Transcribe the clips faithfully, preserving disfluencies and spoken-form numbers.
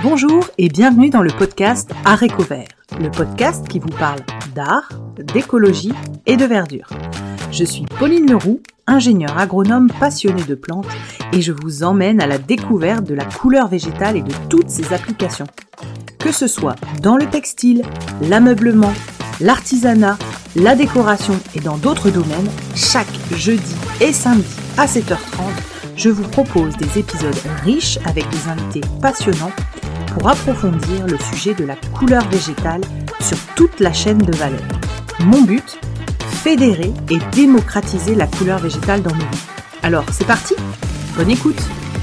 Bonjour et bienvenue dans le podcast Haricots Verts, le podcast qui vous parle d'art, d'écologie et de verdure. Je suis Pauline Leroux, ingénieure agronome passionnée de plantes et je vous emmène à la découverte de la couleur végétale et de toutes ses applications. Que ce soit dans le textile, l'ameublement, l'artisanat, la décoration et dans d'autres domaines, chaque jeudi et samedi à sept heures trente, je vous propose des épisodes riches avec des invités passionnants pour approfondir le sujet de la couleur végétale sur toute la chaîne de valeur. Mon but, fédérer et démocratiser la couleur végétale dans nos vies. Alors, c'est parti, bonne écoute.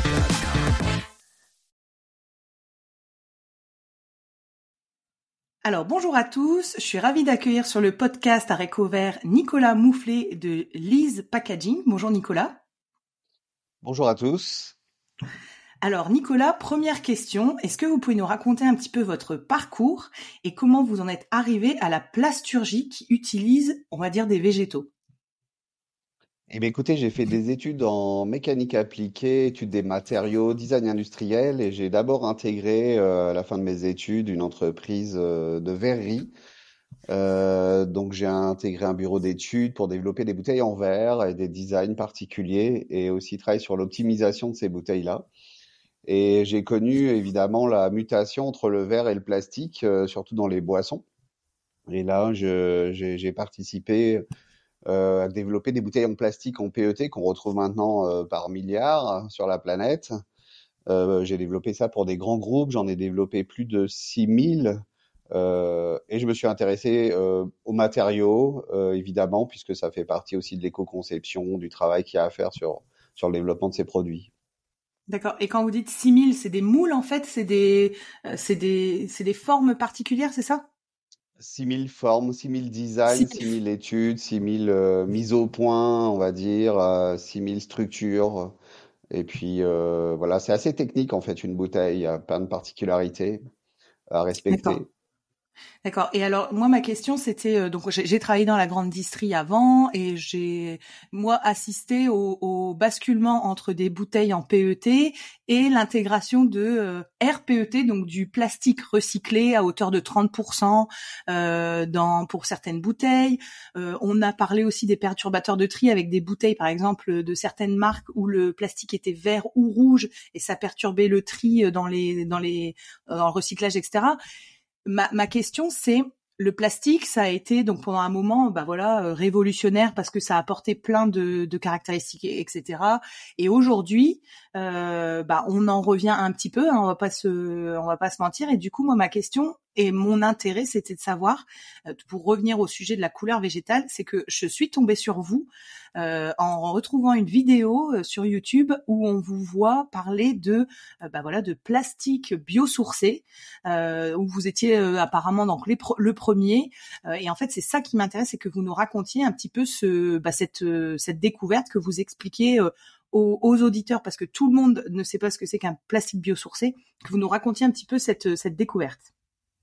Alors, bonjour à tous, je suis ravie d'accueillir sur le podcast Haricots Verts Nicolas Moufflet de Lise Packaging. Bonjour Nicolas. Bonjour à tous. Alors Nicolas, première question, est-ce que vous pouvez nous raconter un petit peu votre parcours et comment vous en êtes arrivé à la plasturgie qui utilise, on va dire, des végétaux? Eh bien, écoutez, j'ai fait des études en mécanique appliquée, études des matériaux, design industriel, et j'ai d'abord intégré euh, à la fin de mes études une entreprise euh, de verrerie. Euh, donc j'ai intégré un bureau d'études pour développer des bouteilles en verre et des designs particuliers, et aussi travailler sur l'optimisation de ces bouteilles-là. Et j'ai connu évidemment la mutation entre le verre et le plastique, euh, surtout dans les boissons. Et là, je, j'ai, j'ai participé euh, à développer des bouteilles en plastique en P E T qu'on retrouve maintenant euh, par milliards sur la planète. Euh, j'ai développé ça pour des grands groupes, j'en ai développé plus de six mille. Euh, et je me suis intéressé euh, aux matériaux, euh, évidemment, puisque ça fait partie aussi de l'éco-conception, du travail qu'il y a à faire sur, sur le développement de ces produits. D'accord. Et quand vous dites six mille, c'est des moules en fait, c'est des, euh, c'est des, c'est des formes particulières, c'est ça? six mille formes, six mille designs, six six mille. mille études, six mille euh, mises au point, on va dire, euh, six mille structures. Et puis euh, voilà, c'est assez technique en fait une bouteille, il y a plein de particularités à D'accord. respecter. D'accord. Et alors, moi, ma question, c'était euh, donc j'ai j'ai travaillé dans la grande distrie avant et j'ai moi assisté au, au basculement entre des bouteilles en P E T et l'intégration de euh, R P E T, donc du plastique recyclé à hauteur de trente pour cent euh, dans pour certaines bouteilles. Euh, on a parlé aussi des perturbateurs de tri avec des bouteilles, par exemple, de certaines marques où le plastique était vert ou rouge et ça perturbait le tri dans les dans les dans le recyclage, et cetera. Ma, ma question, c'est le plastique, ça a été donc pendant un moment, bah voilà, euh, révolutionnaire parce que ça a apporté plein de, de caractéristiques, et cetera. Et aujourd'hui, euh, bah on en revient un petit peu, hein, on va pas se, on va pas se mentir. Et du coup, moi, ma question et mon intérêt, c'était de savoir, euh, pour revenir au sujet de la couleur végétale, c'est que je suis tombée sur vous euh, en retrouvant une vidéo euh, sur YouTube où on vous voit parler de, euh, bah voilà, de plastique biosourcé. Euh, où vous étiez euh, apparemment donc les pro- le premier. Euh, et en fait, c'est ça qui m'intéresse, c'est que vous nous racontiez un petit peu ce, bah, cette, euh, cette découverte, que vous expliquiez euh, aux, aux auditeurs, parce que tout le monde ne sait pas ce que c'est qu'un plastique biosourcé, que vous nous racontiez un petit peu cette, cette découverte.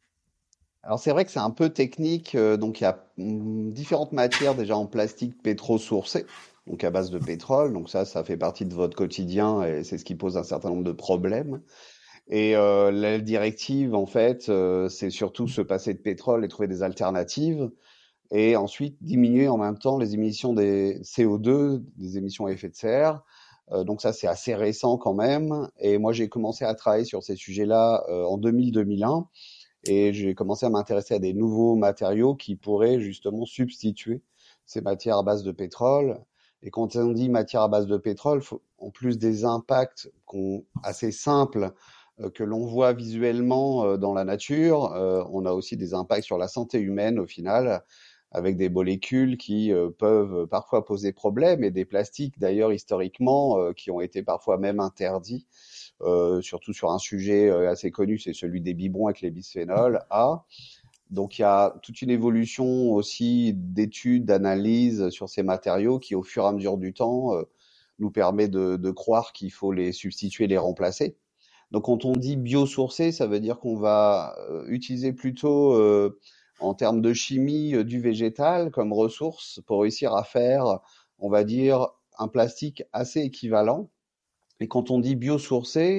Alors c'est vrai que c'est un peu technique, euh, donc il y a hum, différentes matières déjà en plastique pétro-sourcé, donc à base de pétrole, donc ça, ça fait partie de votre quotidien et c'est ce qui pose un certain nombre de problèmes. Et euh, la directive, en fait, euh, c'est surtout se passer de pétrole et trouver des alternatives, et ensuite diminuer en même temps les émissions des C O deux, des émissions à effet de serre. Euh, donc ça, c'est assez récent quand même. Et moi, j'ai commencé à travailler sur ces sujets-là euh, en deux mille deux mille un, et j'ai commencé à m'intéresser à des nouveaux matériaux qui pourraient justement substituer ces matières à base de pétrole. Et quand on dit matière à base de pétrole, faut, en plus des impacts qu'on, assez simples euh, que l'on voit visuellement euh, dans la nature, euh, on a aussi des impacts sur la santé humaine au final, avec des molécules qui euh, peuvent parfois poser problème, et des plastiques d'ailleurs historiquement euh, qui ont été parfois même interdits, euh, surtout sur un sujet euh, assez connu, c'est celui des biberons avec les bisphénols A. Donc il y a toute une évolution aussi d'études, d'analyses sur ces matériaux qui, au fur et à mesure du temps, euh, nous permet de, de croire qu'il faut les substituer, les remplacer. Donc quand on dit biosourcé, ça veut dire qu'on va euh, utiliser plutôt euh, en termes de chimie euh, du végétal comme ressource pour réussir à faire, on va dire, un plastique assez équivalent. Et quand on dit biosourcé,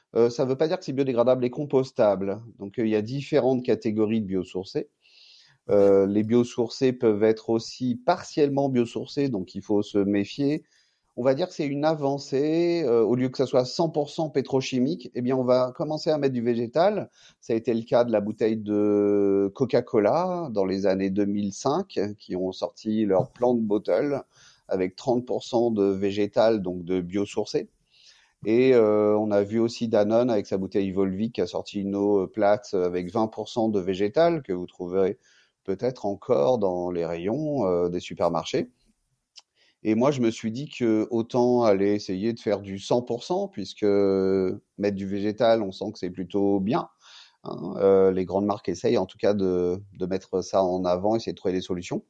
Euh, ça ne veut pas dire que c'est biodégradable et compostable. Donc, euh, il y a différentes catégories de biosourcés. Euh, les biosourcés peuvent être aussi partiellement biosourcés, donc il faut se méfier. On va dire que c'est une avancée. Euh, au lieu que ça soit cent pour cent pétrochimique, eh bien, on va commencer à mettre du végétal. Ça a été le cas de la bouteille de Coca-Cola dans les années deux mille cinq, qui ont sorti leur plan de bottle avec trente pour cent de végétal, donc de biosourcés. Et euh, on a vu aussi Danone avec sa bouteille Volvic qui a sorti une eau plate avec vingt pour cent de végétal que vous trouverez peut-être encore dans les rayons euh, des supermarchés. Et moi, je me suis dit que autant aller essayer de faire du cent pour cent, puisque mettre du végétal, on sent que c'est plutôt bien. Hein. Euh, les grandes marques essayent en tout cas de, de mettre ça en avant, essayer de trouver des solutions.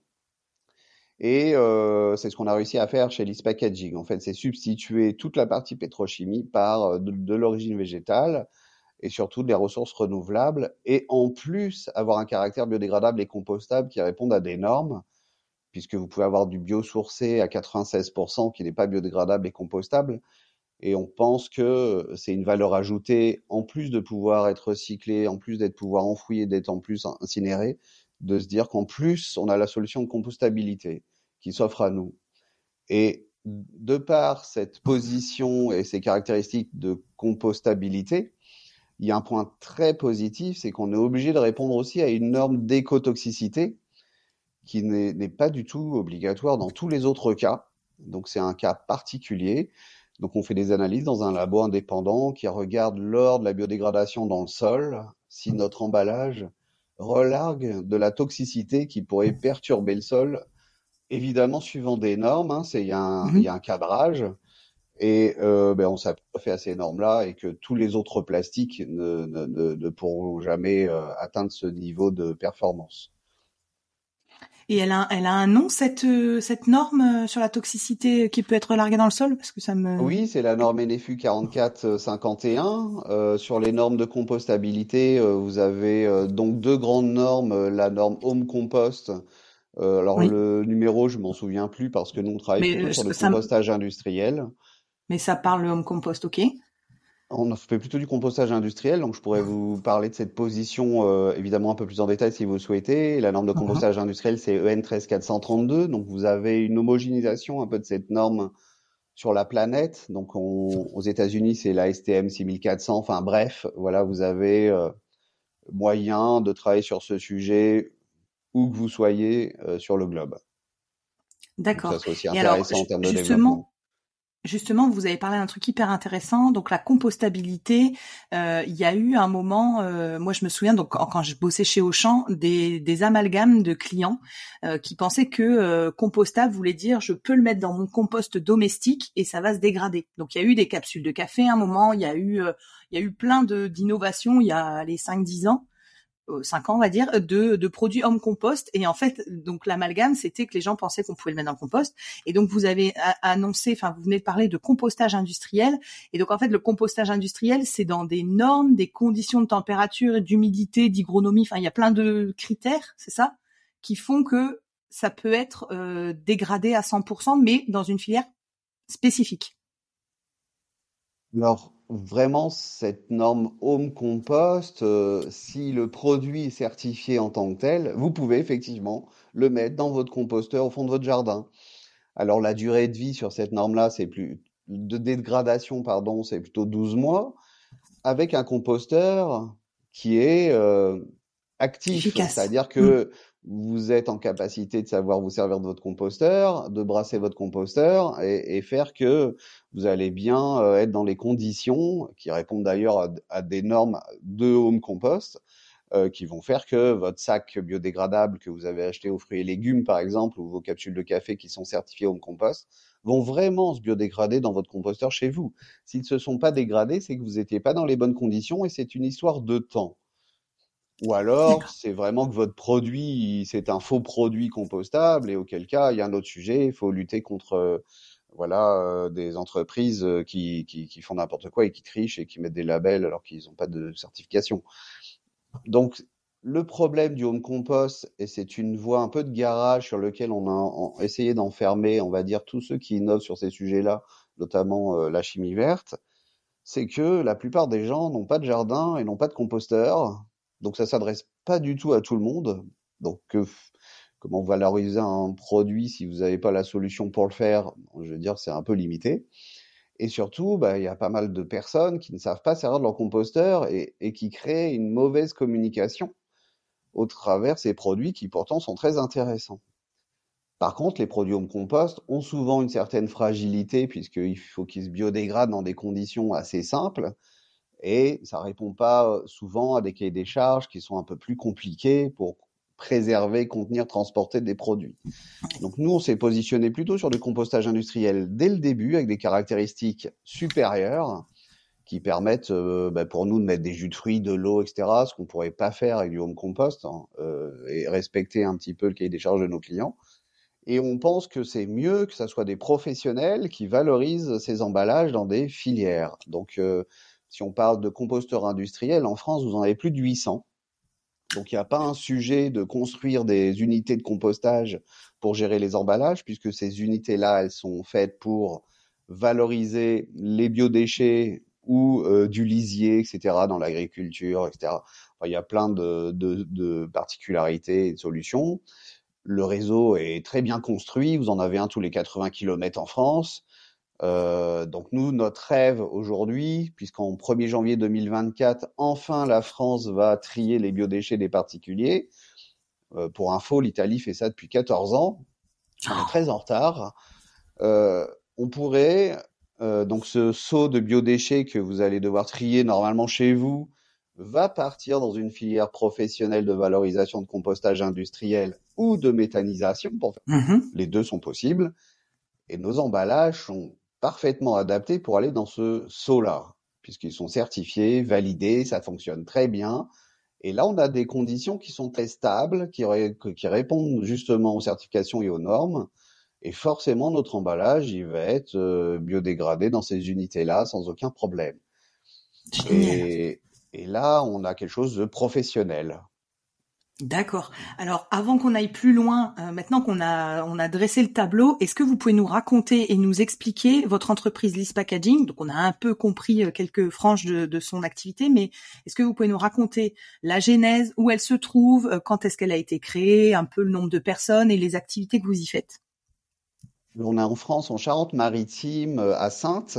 Et euh, c'est ce qu'on a réussi à faire chez Lease Packaging. En fait, c'est substituer toute la partie pétrochimie par euh, de, de l'origine végétale et surtout des ressources renouvelables. Et en plus, avoir un caractère biodégradable et compostable qui répondent à des normes, puisque vous pouvez avoir du biosourcé à quatre-vingt-seize pour cent qui n'est pas biodégradable et compostable. Et on pense que c'est une valeur ajoutée, en plus de pouvoir être recyclé, en plus d'être pouvoir enfoui et d'être en plus incinéré, de se dire qu'en plus, on a la solution de compostabilité qui s'offre à nous. Et de par cette position et ces caractéristiques de compostabilité, il y a un point très positif, c'est qu'on est obligé de répondre aussi à une norme d'écotoxicité qui n'est, n'est pas du tout obligatoire dans tous les autres cas. Donc c'est un cas particulier. Donc on fait des analyses dans un labo indépendant qui regarde lors de la biodégradation dans le sol si notre emballage relargue de la toxicité qui pourrait perturber le sol, évidemment suivant des normes. Hein, c'est, il y a un, il y a un cadrage. Et euh, ben on s'appuie à ces normes-là et que tous les autres plastiques ne, ne, ne, ne pourront jamais euh, atteindre ce niveau de performance. Et elle a, elle a un nom, cette, euh, cette norme euh, sur la toxicité qui peut être larguée dans le sol? Parce que ça me... Oui, c'est la norme N F U quarante-quatre cinquante et un. Euh, sur les normes de compostabilité, euh, vous avez euh, donc deux grandes normes. euh, La norme Home Compost. Euh, alors Oui, le numéro, je m'en souviens plus parce que nous on travaille mais plutôt euh, sur le ça, compostage industriel. mais ça parle le home compost, ok. On fait plutôt du compostage industriel, donc je pourrais vous parler de cette position euh, évidemment un peu plus en détail si vous le souhaitez. La norme de Mhm. compostage industriel, c'est E N treize quatre cent trente-deux, donc vous avez une homogénéisation un peu de cette norme sur la planète. Donc on- aux États-Unis, c'est la S T M six mille quatre cents. Enfin bref, voilà, vous avez euh, moyen de travailler sur ce sujet où que vous soyez euh, sur le globe. Donc ça, D'accord. c'est aussi Et alors, intéressant en ju- termes de développement. justement, Justement, vous avez parlé d'un truc hyper intéressant, donc la compostabilité. Euh, il y a eu un moment, euh, moi je me souviens, donc quand, quand je bossais chez Auchan, des, des amalgames de clients euh, qui pensaient que euh, compostable voulait dire je peux le mettre dans mon compost domestique et ça va se dégrader. Donc il y a eu des capsules de café à un moment, il y a eu, euh, il y a eu plein de d'innovations il y a les cinq dix ans. euh, cinq ans, on va dire, de, de produits home compost. Et en fait, donc l'amalgame, c'était que les gens pensaient qu'on pouvait le mettre dans le compost. Et donc vous avez a- annoncé, enfin vous venez de parler de compostage industriel. Et donc en fait, le compostage industriel, c'est dans des normes, des conditions de température, d'humidité, d'hygronomie. Enfin, il y a plein de critères, c'est ça, qui font que ça peut être euh, dégradé à cent pour cent, mais dans une filière spécifique. Alors, vraiment, cette norme Home Compost, euh, si le produit est certifié en tant que tel, vous pouvez effectivement le mettre dans votre composteur au fond de votre jardin. Alors, la durée de vie sur cette norme-là, c'est plus de dégradation, pardon, c'est plutôt douze mois, avec un composteur qui est euh, actif, Efficace. c'est-à-dire Mm. que vous êtes en capacité de savoir vous servir de votre composteur, de brasser votre composteur et, et faire que vous allez bien euh, être dans les conditions qui répondent d'ailleurs à, à des normes de home compost euh, qui vont faire que votre sac biodégradable que vous avez acheté aux fruits et légumes par exemple ou vos capsules de café qui sont certifiées home compost vont vraiment se biodégrader dans votre composteur chez vous. S'ils ne se sont pas dégradés, c'est que vous n'étiez pas dans les bonnes conditions et c'est une histoire de temps. Ou alors, D'accord. c'est vraiment que votre produit, c'est un faux produit compostable, et auquel cas, il y a un autre sujet, il faut lutter contre euh, voilà, euh, des entreprises euh, qui, qui, qui font n'importe quoi et qui trichent et qui mettent des labels alors qu'ils n'ont pas de certification. Donc, le problème du home compost, et c'est une voie un peu de garage sur lequel on a en- essayé d'enfermer, on va dire, tous ceux qui innovent sur ces sujets-là, notamment euh, la chimie verte, c'est que la plupart des gens n'ont pas de jardin et n'ont pas de composteur, donc ça s'adresse pas du tout à tout le monde. Donc, euh, comment valoriser un produit si vous n'avez pas la solution pour le faire? Je veux dire, c'est un peu limité. Et surtout, bah, il y a pas mal de personnes qui ne savent pas servir de leur composteur et, et qui créent une mauvaise communication au travers ces produits qui pourtant sont très intéressants. Par contre, les produits home compost ont souvent une certaine fragilité puisqu'il faut qu'ils se biodégradent dans des conditions assez simples et ça répond pas souvent à des cahiers des charges qui sont un peu plus compliqués pour préserver, contenir, transporter des produits. Donc nous, on s'est positionné plutôt sur du compostage industriel dès le début avec des caractéristiques supérieures qui permettent euh, bah, pour nous de mettre des jus de fruits, de l'eau, et cetera, ce qu'on pourrait pas faire avec du home compost, hein, euh, et respecter un petit peu le cahier des charges de nos clients. Et on pense que c'est mieux que ça soit des professionnels qui valorisent ces emballages dans des filières. Donc, euh, si on parle de composteurs industriels, en France, vous en avez plus de huit cents. Donc, il n'y a pas un sujet de construire des unités de compostage pour gérer les emballages, puisque ces unités-là, elles sont faites pour valoriser les biodéchets ou euh, du lisier, et cetera, dans l'agriculture, et cetera. Enfin, il y a plein de, de, de particularités et de solutions. Le réseau est très bien construit, vous en avez un tous les quatre-vingts kilomètres en France. Euh, donc nous, notre rêve aujourd'hui, puisqu'en premier janvier deux mille vingt-quatre, enfin la France va trier les biodéchets des particuliers. Euh, pour info, l'Italie fait ça depuis quatorze ans. On est très en retard. Euh, on pourrait, euh, donc ce seau de biodéchets que vous allez devoir trier normalement chez vous, va partir dans une filière professionnelle de valorisation de compostage industriel ou de méthanisation. Pour faire. Mmh. Les deux sont possibles. Et nos emballages sont parfaitement adaptés pour aller dans ce seau-là, puisqu'ils sont certifiés, validés, ça fonctionne très bien. Et là, on a des conditions qui sont très stables, qui, ré- qui répondent justement aux certifications et aux normes. Et forcément, notre emballage, il va être euh, biodégradé dans ces unités-là sans aucun problème. Et, et là, on a quelque chose de professionnel. D'accord. Alors, avant qu'on aille plus loin, euh, maintenant qu'on a on a dressé le tableau, est-ce que vous pouvez nous raconter et nous expliquer votre entreprise Lys Packaging? Donc, on a un peu compris euh, quelques franges de, de son activité, mais est-ce que vous pouvez nous raconter la genèse, où elle se trouve, euh, quand est-ce qu'elle a été créée, un peu le nombre de personnes et les activités que vous y faites? On est en France, en Charente-Maritime, à Saintes.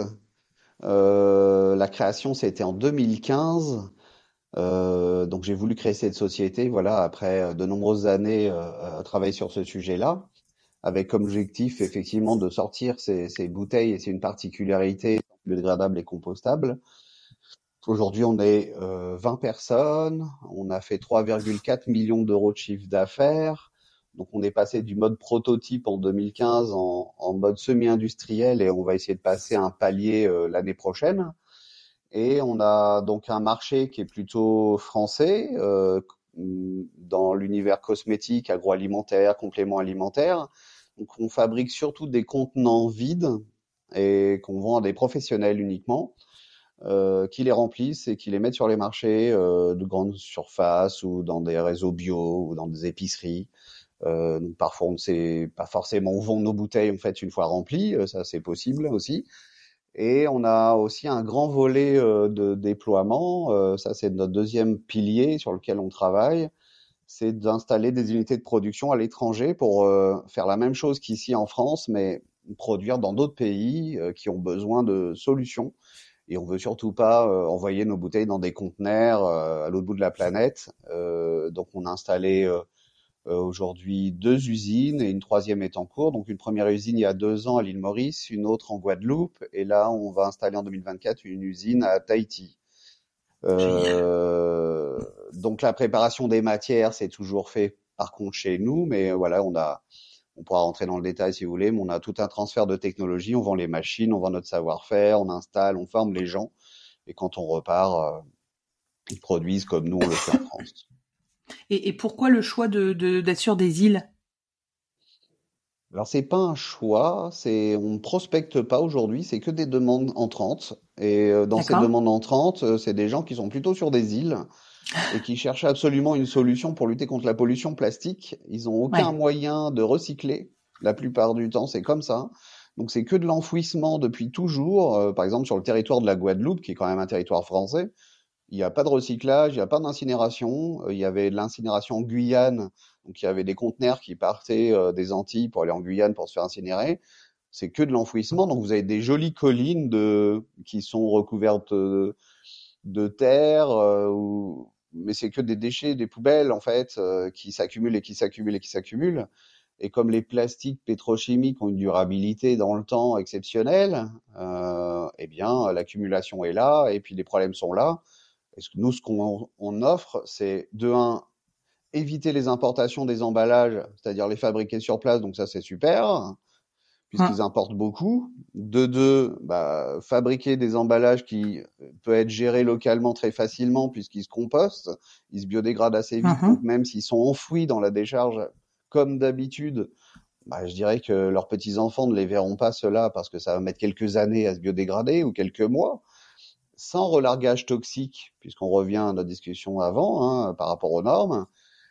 Euh, la création, c'était en deux mille quinze. Euh, donc j'ai voulu créer cette société, voilà, après de nombreuses années euh, à travailler sur ce sujet-là, avec comme objectif effectivement de sortir ces, ces bouteilles, et c'est une particularité biodégradable et compostable. Aujourd'hui, on est euh, vingt personnes, on a fait trois virgule quatre millions d'euros de chiffre d'affaires. Donc on est passé du mode prototype en deux mille quinze en, en mode semi-industriel et on va essayer de passer à un palier euh, l'année prochaine. Et on a donc un marché qui est plutôt français, euh, dans l'univers cosmétique, agroalimentaire, compléments alimentaires. Donc on fabrique surtout des contenants vides et qu'on vend à des professionnels uniquement, euh, qui les remplissent et qui les mettent sur les marchés euh, de grandes surfaces ou dans des réseaux bio ou dans des épiceries. Euh, donc parfois on ne sait pas forcément où vont nos bouteilles en fait une fois remplies, ça c'est possible aussi. Et on a aussi un grand volet euh, de déploiement. Euh, ça, c'est notre deuxième pilier sur lequel on travaille. C'est d'installer des unités de production à l'étranger pour euh, faire la même chose qu'ici en France, mais produire dans d'autres pays euh, qui ont besoin de solutions. Et on veut surtout pas euh, envoyer nos bouteilles dans des conteneurs euh, à l'autre bout de la planète. Euh, donc, on a installé euh, euh, aujourd'hui deux usines et une troisième est en cours. Donc une première usine il y a deux ans à l'île Maurice, une autre en Guadeloupe et là on va installer en deux mille vingt-quatre une usine à Tahiti. Euh, donc la préparation des matières c'est toujours fait par contre chez nous, mais voilà on a, on pourra rentrer dans le détail si vous voulez, mais on a tout un transfert de technologie, on vend les machines, on vend notre savoir-faire, on installe, on forme les gens et quand on repart, euh, ils produisent comme nous on le fait en France. Et, et pourquoi le choix de, de, d'être sur des îles? Alors c'est pas un choix, c'est on ne prospecte pas aujourd'hui, c'est que des demandes entrantes. Et euh, dans ces D'accord. demandes entrantes, euh, c'est des gens qui sont plutôt sur des îles et qui cherchent absolument une solution pour lutter contre la pollution plastique. Ils ont aucun Ouais. moyen de recycler. La plupart du temps, c'est comme ça. Donc c'est que de l'enfouissement depuis toujours. Euh, par exemple, sur le territoire de la Guadeloupe, qui est quand même un territoire français, il n'y a pas de recyclage, il n'y a pas d'incinération. Euh, il y avait de l'incinération en Guyane, donc il y avait des conteneurs qui partaient euh, des Antilles pour aller en Guyane pour se faire incinérer. C'est que de l'enfouissement, donc vous avez des jolies collines de, qui sont recouvertes de, de terre, euh, ou- mais c'est que des déchets, des poubelles en fait, euh, qui s'accumulent et qui s'accumulent et qui s'accumulent. Et comme les plastiques pétrochimiques ont une durabilité dans le temps exceptionnelle, euh, eh bien l'accumulation est là et puis les problèmes sont là. Et ce que nous, ce qu'on on offre, c'est de un, éviter les importations des emballages, c'est-à-dire les fabriquer sur place, donc ça c'est super, puisqu'ils Hum, importent beaucoup. De deux, bah, fabriquer des emballages qui peuvent être gérés localement très facilement, puisqu'ils se compostent, ils se biodégradent assez vite, donc mhm. même s'ils sont enfouis dans la décharge, comme d'habitude, bah, je dirais que leurs petits-enfants ne les verront pas cela, parce que ça va mettre quelques années à se biodégrader, ou quelques mois, sans relargage toxique, puisqu'on revient à notre discussion avant, hein, par rapport aux normes.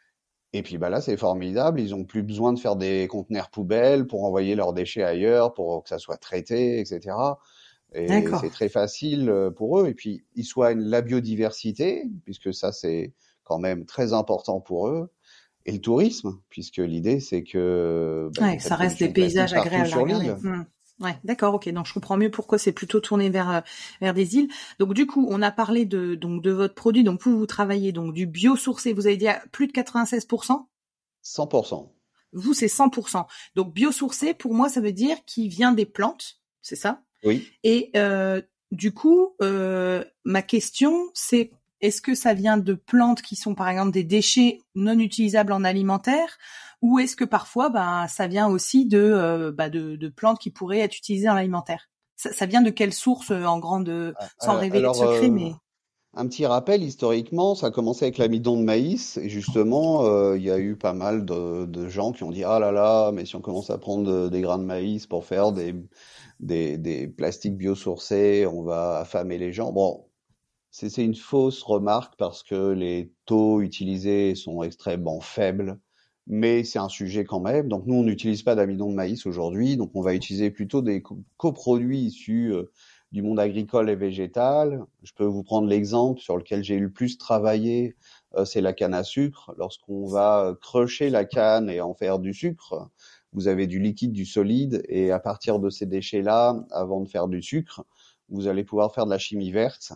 Et puis bah là, c'est formidable, ils ont plus besoin de faire des conteneurs poubelles pour envoyer leurs déchets ailleurs, pour que ça soit traité, et cetera. Et D'accord. c'est très facile euh, pour eux. Et puis, ils soignent la biodiversité, puisque ça, c'est quand même très important pour eux. Et le tourisme, puisque l'idée, c'est que bah, il n'y ait Ouais, pas ça de reste des pollution plastique paysages partout agréables à sur regarder. l'île. Hmm. Ouais, d'accord, ok. Donc je comprends mieux pourquoi c'est plutôt tourné vers euh, vers des îles. Donc du coup, on a parlé de donc de votre produit. Donc vous vous travaillez donc du biosourcé. Vous avez dit à plus de quatre-vingt-seize pour cent. cent pour cent. Vous c'est cent pour cent. Donc biosourcé pour moi ça veut dire qu'il vient des plantes, c'est ça. Oui. Et euh, du coup, euh, ma question c'est est-ce que ça vient de plantes qui sont par exemple des déchets non utilisables en alimentaire ou est-ce que parfois ben ça vient aussi de euh, bah, de, de plantes qui pourraient être utilisées en alimentaire. Ça, ça vient de quelle source euh, en grande sans Euh, révéler de Alors, secret euh, mais un petit rappel, historiquement, ça a commencé avec l'amidon de maïs. Et justement, euh, il y a eu pas mal de, de gens qui ont dit, ah là là, mais si on commence à prendre de- des grains de maïs pour faire des, des, des plastiques biosourcés, on va affamer les gens. Bon, c'est c'est une fausse remarque parce que les taux utilisés sont extrêmement faibles, mais c'est un sujet quand même. Donc nous, on n'utilise pas d'amidon de maïs aujourd'hui, donc on va utiliser plutôt des co- coproduits issus euh, du monde agricole et végétal. Je peux vous prendre l'exemple sur lequel j'ai eu le plus travaillé, euh, c'est la canne à sucre. Lorsqu'on va euh, crocher la canne et en faire du sucre, vous avez du liquide, du solide, et à partir de ces déchets-là, avant de faire du sucre, vous allez pouvoir faire de la chimie verte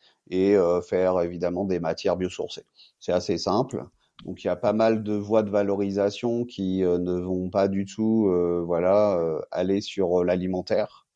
et euh, faire évidemment des matières biosourcées. C'est assez simple. Donc il y a pas mal de voies de valorisation qui euh, ne vont pas du tout, euh, voilà, euh, aller sur euh, l'alimentaire.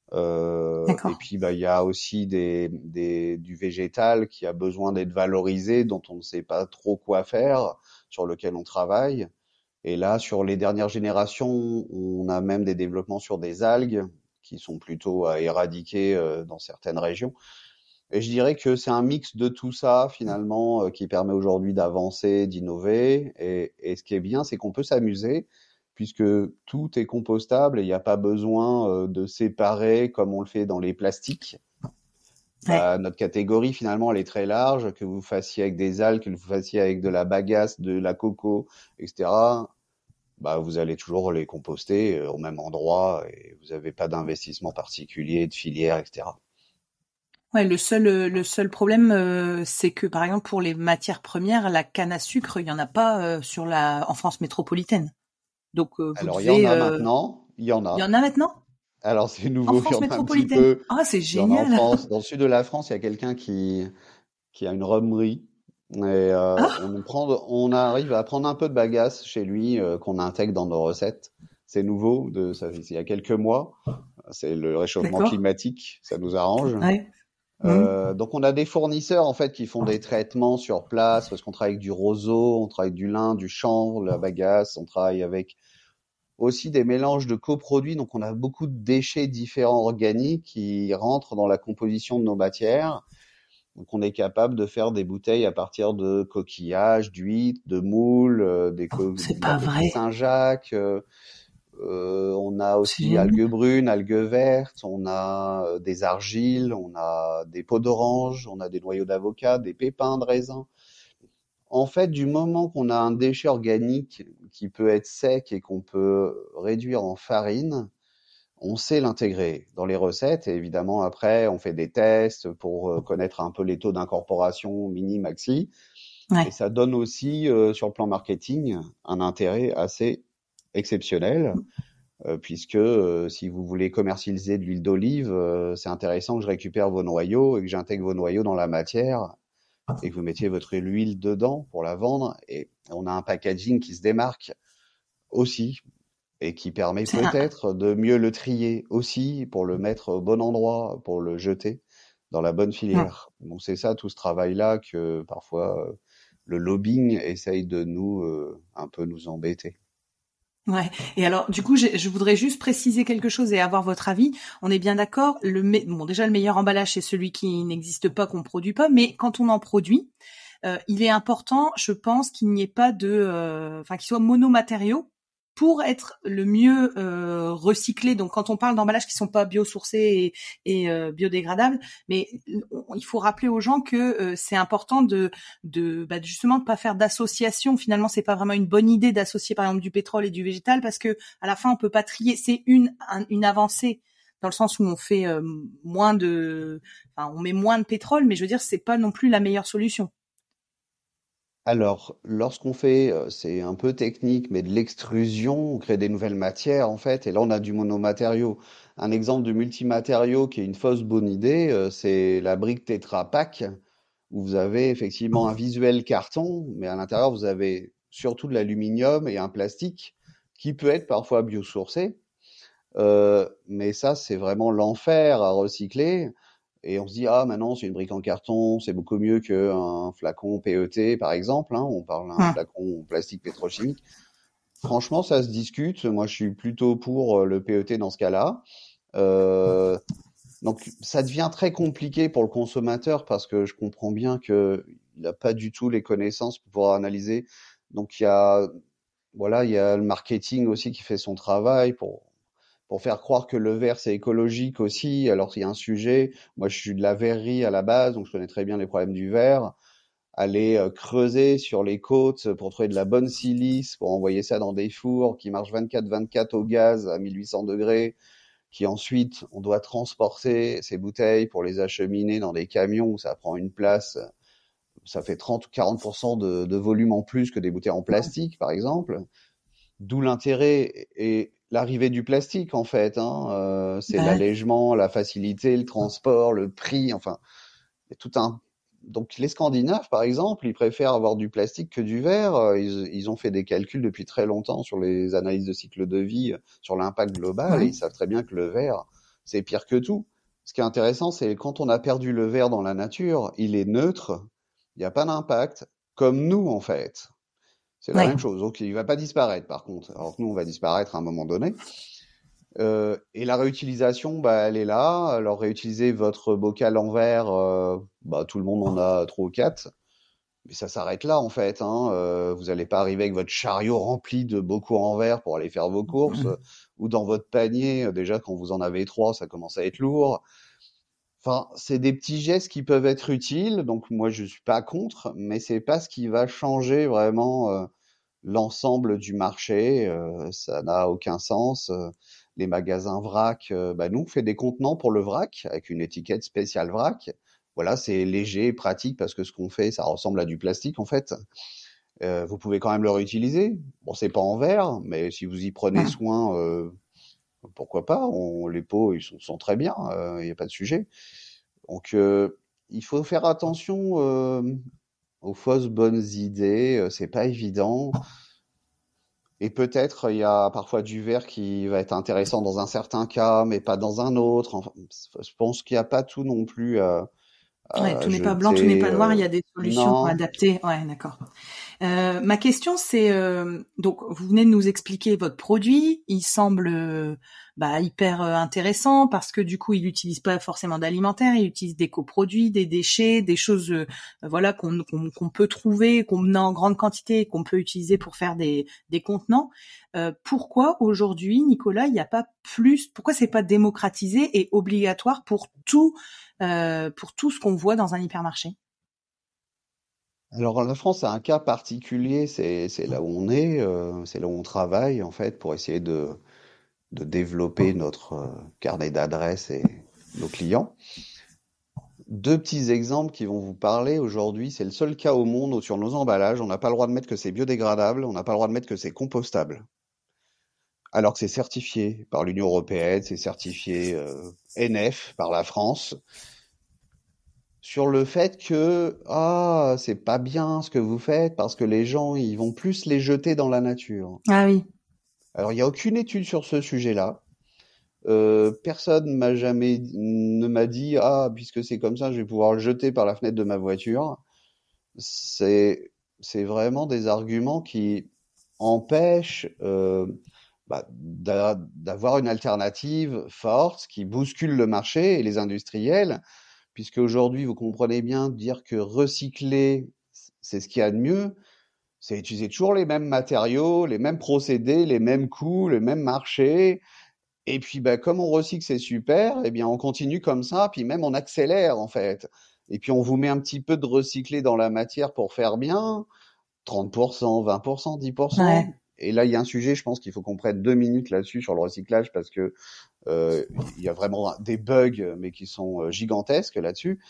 Euh, et d'accord. puis bah il y a aussi des, des du végétal qui a besoin d'être valorisé, dont on ne sait pas trop quoi faire, sur lequel on travaille. Et là, sur les dernières générations, on a même des développements sur des algues qui sont plutôt à éradiquer euh, dans certaines régions. Et je dirais que c'est un mix de tout ça, finalement, euh, qui permet aujourd'hui d'avancer, d'innover. Et, et ce qui est bien, c'est qu'on peut s'amuser, puisque tout est compostable et il n'y a pas besoin euh, de séparer comme on le fait dans les plastiques. Ouais. Bah, notre catégorie, finalement, elle est très large, que vous fassiez avec des algues, que vous fassiez avec de la bagasse, de la coco, et cetera. Bah, vous allez toujours les composter euh, au même endroit et vous n'avez pas d'investissement particulier, de filière, et cetera. Ouais, le seul euh, le seul problème euh, c'est que par exemple pour les matières premières, la canne à sucre, il y en a pas euh, sur la en France métropolitaine. Donc euh, vous Alors, il y en devez a euh, maintenant, il y en il y a. en a maintenant Alors c'est en nouveau, il y France en a un petit métropolitaine. peu. Ah, c'est Il y en a en génial. France. Dans le sud de la France, il y a quelqu'un qui, qui a une rômerie. Et euh, Ah, on prend, on arrive à prendre un peu de bagasse chez lui euh, qu'on intègre dans nos recettes. C'est nouveau, de, ça, il y a quelques mois. C'est le réchauffement d'accord. climatique, ça nous arrange. Ouais. Mhm. Euh, donc on a des fournisseurs en fait qui font des traitements sur place parce qu'on travaille avec du roseau, on travaille avec du lin, du chanvre, la bagasse, on travaille avec aussi des mélanges de coproduits. Donc, on a beaucoup de déchets différents organiques qui rentrent dans la composition de nos matières. Donc, on est capable de faire des bouteilles à partir de coquillages, d'huîtres, de moules, euh, des co- C'est de la pas coquille vrai. Saint-Jacques. Euh, euh, on a C'est aussi génial. algues brunes, algues vertes. On a euh, des argiles, on a des peaux d'orange, on a des noyaux d'avocat, des pépins de raisin. En fait, du moment qu'on a un déchet organique qui peut être sec et qu'on peut réduire en farine, on sait l'intégrer dans les recettes. Et évidemment, après, on fait des tests pour euh, connaître un peu les taux d'incorporation mini, maxi. Et Ouais. ça donne aussi, euh, sur le plan marketing, un intérêt assez exceptionnel, euh, puisque euh, si vous voulez commercialiser de l'huile d'olive, euh, c'est intéressant que je récupère vos noyaux et que j'intègre vos noyaux dans la matière et que vous mettiez votre huile dedans pour la vendre. Et on a un packaging qui se démarque aussi et qui permet C'est un, peut-être de mieux le trier aussi pour le mettre au bon endroit, pour le jeter dans la bonne un- filière. Donc c'est ça, tout ce travail-là que parfois euh, le lobbying essaye de nous euh, un peu nous embêter. Ouais. Et alors, du coup, j'ai- je voudrais juste préciser quelque chose et avoir votre avis. On est bien d'accord. Le me- bon, déjà, le meilleur emballage, c'est celui qui n'existe pas, qu'on produit pas. Mais quand on en produit, euh, il est important, je pense, qu'il n'y ait pas de, euh, enfin, qu'il soit monomatériaux pour être le mieux euh, recyclé. Donc, quand on parle d'emballages qui sont pas biosourcés et, et euh, biodégradables, mais on- il faut rappeler aux gens que euh, c'est important de, de bah, justement de pas faire d'association. Finalement, c'est pas vraiment une bonne idée d'associer par exemple du pétrole et du végétal parce que à la fin, on peut pas trier. C'est une un- une avancée dans le sens où on fait euh, moins de, enfin, on met moins de pétrole, mais je veux dire, c'est pas non plus la meilleure solution. Alors, lorsqu'on fait, euh, c'est un peu technique, mais de l'extrusion, on crée des nouvelles matières en fait, et là on a du monomatériau. Un exemple de multimatériau qui est une fausse bonne idée, euh, c'est la brique Tetra Pak, où vous avez effectivement un visuel carton, mais à l'intérieur vous avez surtout de l'aluminium et un plastique qui peut être parfois biosourcé. Euh, mais ça, c'est vraiment l'enfer à recycler. Et on se dit, ah, maintenant, c'est une brique en carton, c'est beaucoup mieux qu'un flacon P E T, par exemple, hein, on parle d'un Hum. flacon plastique pétrochimique. Franchement, ça se discute. Moi, je suis plutôt pour euh, le P E T dans ce cas-là. Euh, donc, ça devient très compliqué pour le consommateur parce que je comprends bien qu'il n'a pas du tout les connaissances pour pouvoir analyser. Donc, il y a, voilà, il y a le marketing aussi qui fait son travail pour pour faire croire que le verre c'est écologique aussi. Alors il y a un sujet, moi je suis de la verrerie à la base, donc je connais très bien les problèmes du verre. Aller euh, creuser sur les côtes pour trouver de la bonne silice, pour envoyer ça dans des fours qui marchent vingt-quatre vingt-quatre au gaz à mille huit cents degrés, qui ensuite on doit transporter ces bouteilles pour les acheminer dans des camions où ça prend une place, ça fait trente ou quarante pour cent de, de volume en plus que des bouteilles en plastique par exemple. D'où l'intérêt et l'arrivée du plastique en fait. Hein. Euh, c'est Bah, l'allègement, la facilité, le transport, le prix. Enfin, il y a tout un. Donc les Scandinaves, par exemple, ils préfèrent avoir du plastique que du verre. Euh, Ils, ils ont fait des calculs depuis très longtemps sur les analyses de cycle de vie, sur l'impact global, et ouais. ils savent très bien que le verre, c'est pire que tout. Ce qui est intéressant, c'est quand on a perdu le verre dans la nature, il est neutre, il n'y a pas d'impact, comme nous en fait. C'est la Ouais. même chose. Donc, il va pas disparaître, par contre. Alors que nous, on va disparaître à un moment donné. Euh, et la réutilisation, bah, elle est là. Alors, réutiliser votre bocal en verre, euh, bah, tout le monde en a trois ou quatre. Mais ça s'arrête là, en fait. Hein. Euh, vous n'allez pas arriver avec votre chariot rempli de bocaux en verre pour aller faire vos courses. euh, ou dans votre panier, euh, déjà, quand vous en avez trois, ça commence à être lourd. Enfin, c'est des petits gestes qui peuvent être utiles. Donc, moi, je suis pas contre, mais c'est pas ce qui va changer vraiment. Euh, l'ensemble du marché, euh, ça n'a aucun sens. Euh, les magasins vrac, euh, bah nous on fait des contenants pour le vrac avec une étiquette spéciale vrac. Voilà, c'est léger, pratique parce que ce qu'on fait, ça ressemble à du plastique en fait. Euh, vous pouvez quand même le réutiliser. Bon, c'est pas en verre, mais si vous y prenez Hum. soin, euh, pourquoi pas. On, les pots, ils sont, sont très bien, il n'y a pas de sujet. Donc, euh, il faut faire attention euh, aux fausses bonnes idées. euh, C'est pas évident. Et peut-être il y a parfois du verre qui va être intéressant dans un certain cas, mais pas dans un autre. Enfin, je pense qu'il n'y a pas tout non plus à, Ouais, à tout n'est pas blanc, tout n'est jeter. pas noir. Il euh, y a des solutions Non. adaptées. Ouais, d'accord. Euh, ma question, c'est euh, donc vous venez de nous expliquer votre produit. Il semble euh, bah, hyper euh, intéressant parce que du coup, il n'utilise pas forcément d'alimentaire, il utilise des coproduits, des déchets, des choses euh, voilà qu'on qu'on qu'on peut trouver, qu'on a en grande quantité, et qu'on peut utiliser pour faire des des contenants. Euh, pourquoi aujourd'hui, Nicolas, il n'y a pas plus Pourquoi c'est pas démocratisé et obligatoire pour tout euh, pour tout ce qu'on voit dans un hypermarché? Alors la France a un cas particulier, c'est c'est là où on est, euh, c'est là où on travaille en fait pour essayer de de développer notre euh, carnet d'adresses et nos clients. Deux petits exemples qui vont vous parler aujourd'hui. C'est le seul cas au monde où sur nos emballages, on n'a pas le droit de mettre que c'est biodégradable, on n'a pas le droit de mettre que c'est compostable. Alors que c'est certifié par l'Union européenne, c'est certifié euh, N F par la France, sur le fait que ah c'est pas bien ce que vous faites parce que les gens ils vont plus les jeter dans la nature. Ah oui. Alors il n'y a aucune étude sur ce sujet-là. Euh, personne m'a jamais ne m'a dit ah puisque c'est comme ça je vais pouvoir le jeter par la fenêtre de ma voiture. C'est c'est vraiment des arguments qui empêchent euh, bah, d'a- d'avoir une alternative forte qui bouscule le marché et les industriels, puisque aujourd'hui vous comprenez bien dire que recycler c'est ce qu'il y a de mieux, c'est utiliser toujours les mêmes matériaux, les mêmes procédés, les mêmes coûts, le même marché. Et puis, bah, comme on recycle, c'est super, eh bien, on continue comme ça, puis même on accélère, en fait. Et puis, on vous met un petit peu de recyclé dans la matière pour faire bien, trente pour cent, vingt pour cent, dix pour cent. Ouais. Et là, il y a un sujet, je pense qu'il faut qu'on prenne deux minutes là-dessus sur le recyclage parce que euh, il y a vraiment des bugs, mais qui sont euh, gigantesques là-dessus.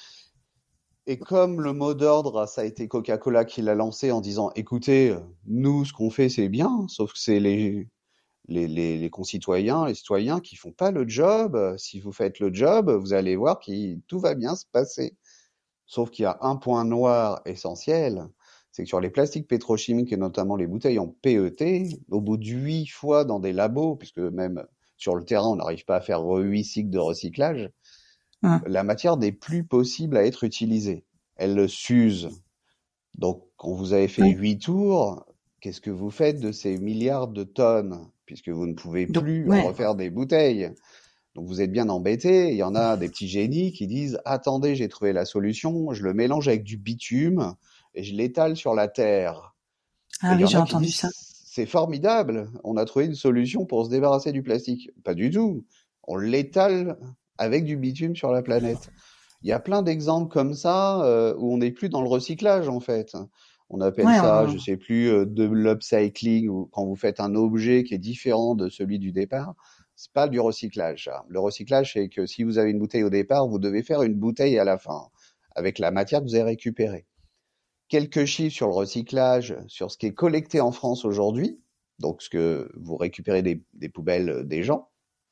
Et comme le mot d'ordre, ça a été Coca-Cola qui l'a lancé en disant, écoutez, nous, ce qu'on fait, c'est bien, sauf que c'est les les, les, les concitoyens, les citoyens qui font pas le job. Si vous faites le job, vous allez voir que tout va bien se passer. Sauf qu'il y a un point noir essentiel, c'est que sur les plastiques pétrochimiques et notamment les bouteilles en P E T, au bout de huit fois dans des labos, puisque même sur le terrain on n'arrive pas à faire huit cycles de recyclage, Hum. la matière n'est plus possible à être utilisée. Elle s'use. Donc, quand vous avez fait Oui. huit tours, qu'est-ce que vous faites de ces milliards de tonnes? Puisque vous ne pouvez Donc, plus en ouais. refaire des bouteilles. Donc, vous êtes bien embêtés. Il y en a des petits génies qui disent, attendez, j'ai trouvé la solution. Je le mélange avec du bitume et je l'étale sur la terre. Et Ah il y oui, en j'ai a qui entendu ça. disent, c'est formidable. On a trouvé une solution pour se débarrasser du plastique. Pas du tout. On l'étale avec du bitume sur la planète. Il y a plein d'exemples comme ça euh, où on n'est plus dans le recyclage en fait. On appelle Ouais, ça, on... je sais plus, euh, de l'upcycling ou quand vous faites un objet qui est différent de celui du départ. C'est pas du recyclage. Ça. Le recyclage, c'est que si vous avez une bouteille au départ, vous devez faire une bouteille à la fin avec la matière que vous avez récupérée. Quelques chiffres sur le recyclage, sur ce qui est collecté en France aujourd'hui, donc ce que vous récupérez des, des poubelles des gens.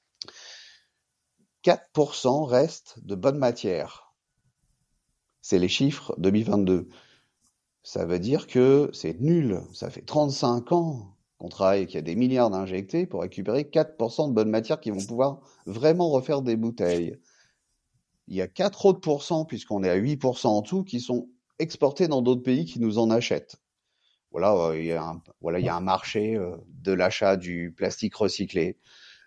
quatre pour cent restent de bonne matière. C'est les chiffres deux mille vingt-deux. Ça veut dire que c'est nul. Ça fait trente-cinq ans qu'on travaille et qu'il y a des milliards d'injectés pour récupérer quatre pour cent de bonne matière qui vont pouvoir vraiment refaire des bouteilles. Il y a quatre autres pourcents, puisqu'on est à huit pour cent en tout, qui sont exportés dans d'autres pays qui nous en achètent. Voilà, euh, il y a un, voilà, il y a un marché euh, de l'achat du plastique recyclé.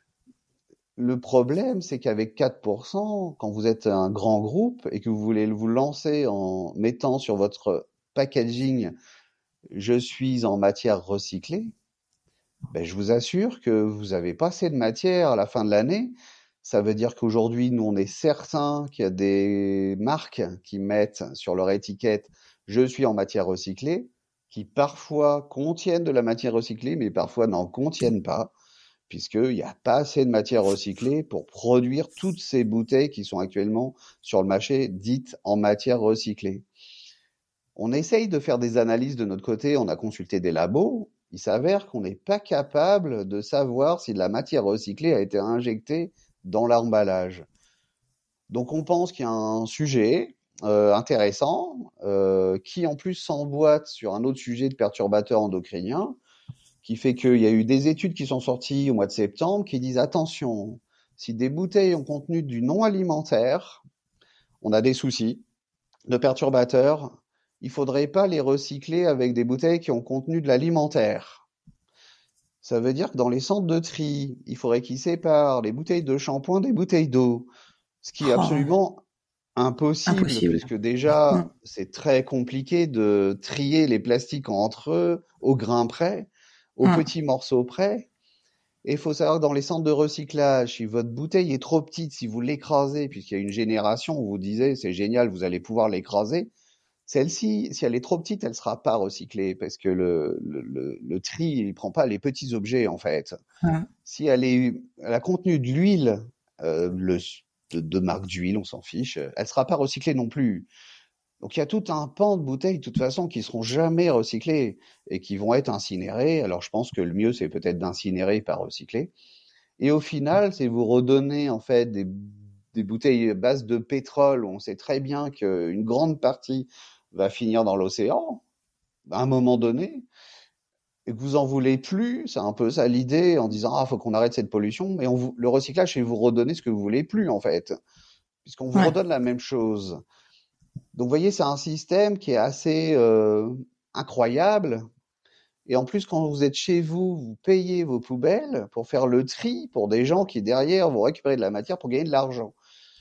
Le problème, c'est qu'avec quatre pour cent, quand vous êtes un grand groupe et que vous voulez vous lancer en mettant sur votre packaging je suis en matière recyclée, ben je vous assure que vous avez pas assez de matière à la fin de l'année. Ça veut dire qu'aujourd'hui, nous, on est certain qu'il y a des marques qui mettent sur leur étiquette je suis en matière recyclée, qui parfois contiennent de la matière recyclée, mais parfois n'en contiennent pas, puisqu'il n'y a pas assez de matière recyclée pour produire toutes ces bouteilles qui sont actuellement sur le marché dites en matière recyclée. On essaye de faire des analyses de notre côté, on a consulté des labos, il s'avère qu'on n'est pas capable de savoir si de la matière recyclée a été injectée dans l'emballage. Donc on pense qu'il y a un sujet euh, intéressant euh, qui en plus s'emboîte sur un autre sujet de perturbateurs endocriniens, qui fait qu'il y a eu des études qui sont sorties au mois de septembre qui disent attention, si des bouteilles ont contenu du non alimentaire, on a des soucis de perturbateurs, il faudrait pas les recycler avec des bouteilles qui ont contenu de l'alimentaire. Ça veut dire que dans les centres de tri, il faudrait qu'ils séparent les bouteilles de shampoing des bouteilles d'eau, ce qui est Oh, absolument impossible, impossible. puisque Hum. déjà, c'est très compliqué de trier les plastiques entre eux, au grain près, aux Hum. petits morceaux près. Et il faut savoir que dans les centres de recyclage, si votre bouteille est trop petite, si vous l'écrasez, puisqu'il y a une génération où vous disiez c'est génial, vous allez pouvoir l'écraser, Celle-ci, si elle est trop petite, elle sera pas recyclée parce que le, le, le, le tri, il prend pas les petits objets en fait. Mmh. Si elle est, elle a contenu de l'huile, euh, le, de, de marque d'huile, on s'en fiche, elle sera pas recyclée non plus. Donc il y a tout un pan de bouteilles de toute façon qui seront jamais recyclées et qui vont être incinérées. Alors je pense que le mieux c'est peut-être d'incinérer et pas recycler. Et au final, c'est vous redonner en fait des, des bouteilles à base de pétrole où on sait très bien qu'une grande partie va finir dans l'océan à un moment donné et que vous en voulez plus. C'est un peu ça l'idée en disant ah faut qu'on arrête cette pollution. Mais on vous, le recyclage c'est vous redonner ce que vous voulez plus en fait, puisqu'on vous Ouais. redonne la même chose. Donc vous voyez, c'est un système qui est assez euh, incroyable. Et en plus, quand vous êtes chez vous, vous payez vos poubelles pour faire le tri pour des gens qui, derrière, vont récupérer de la matière pour gagner de l'argent.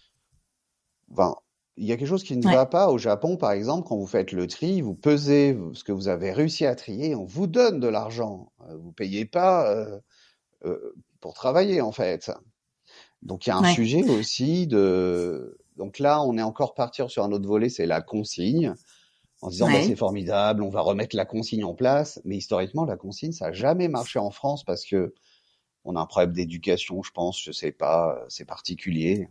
Enfin, il y a quelque chose qui ne Ouais. va pas au Japon, par exemple, quand vous faites le tri, vous pesez ce que vous avez réussi à trier, on vous donne de l'argent. Vous payez pas euh, euh, pour travailler, en fait. Donc, il y a un Ouais. sujet aussi de... Donc là, on est encore partir sur un autre volet, c'est la consigne. En disant bah, c'est Ouais. formidable, on va remettre la consigne en place. Mais historiquement, la consigne, ça n'a jamais marché en France parce que on a un problème d'éducation, je pense, je sais pas, c'est particulier.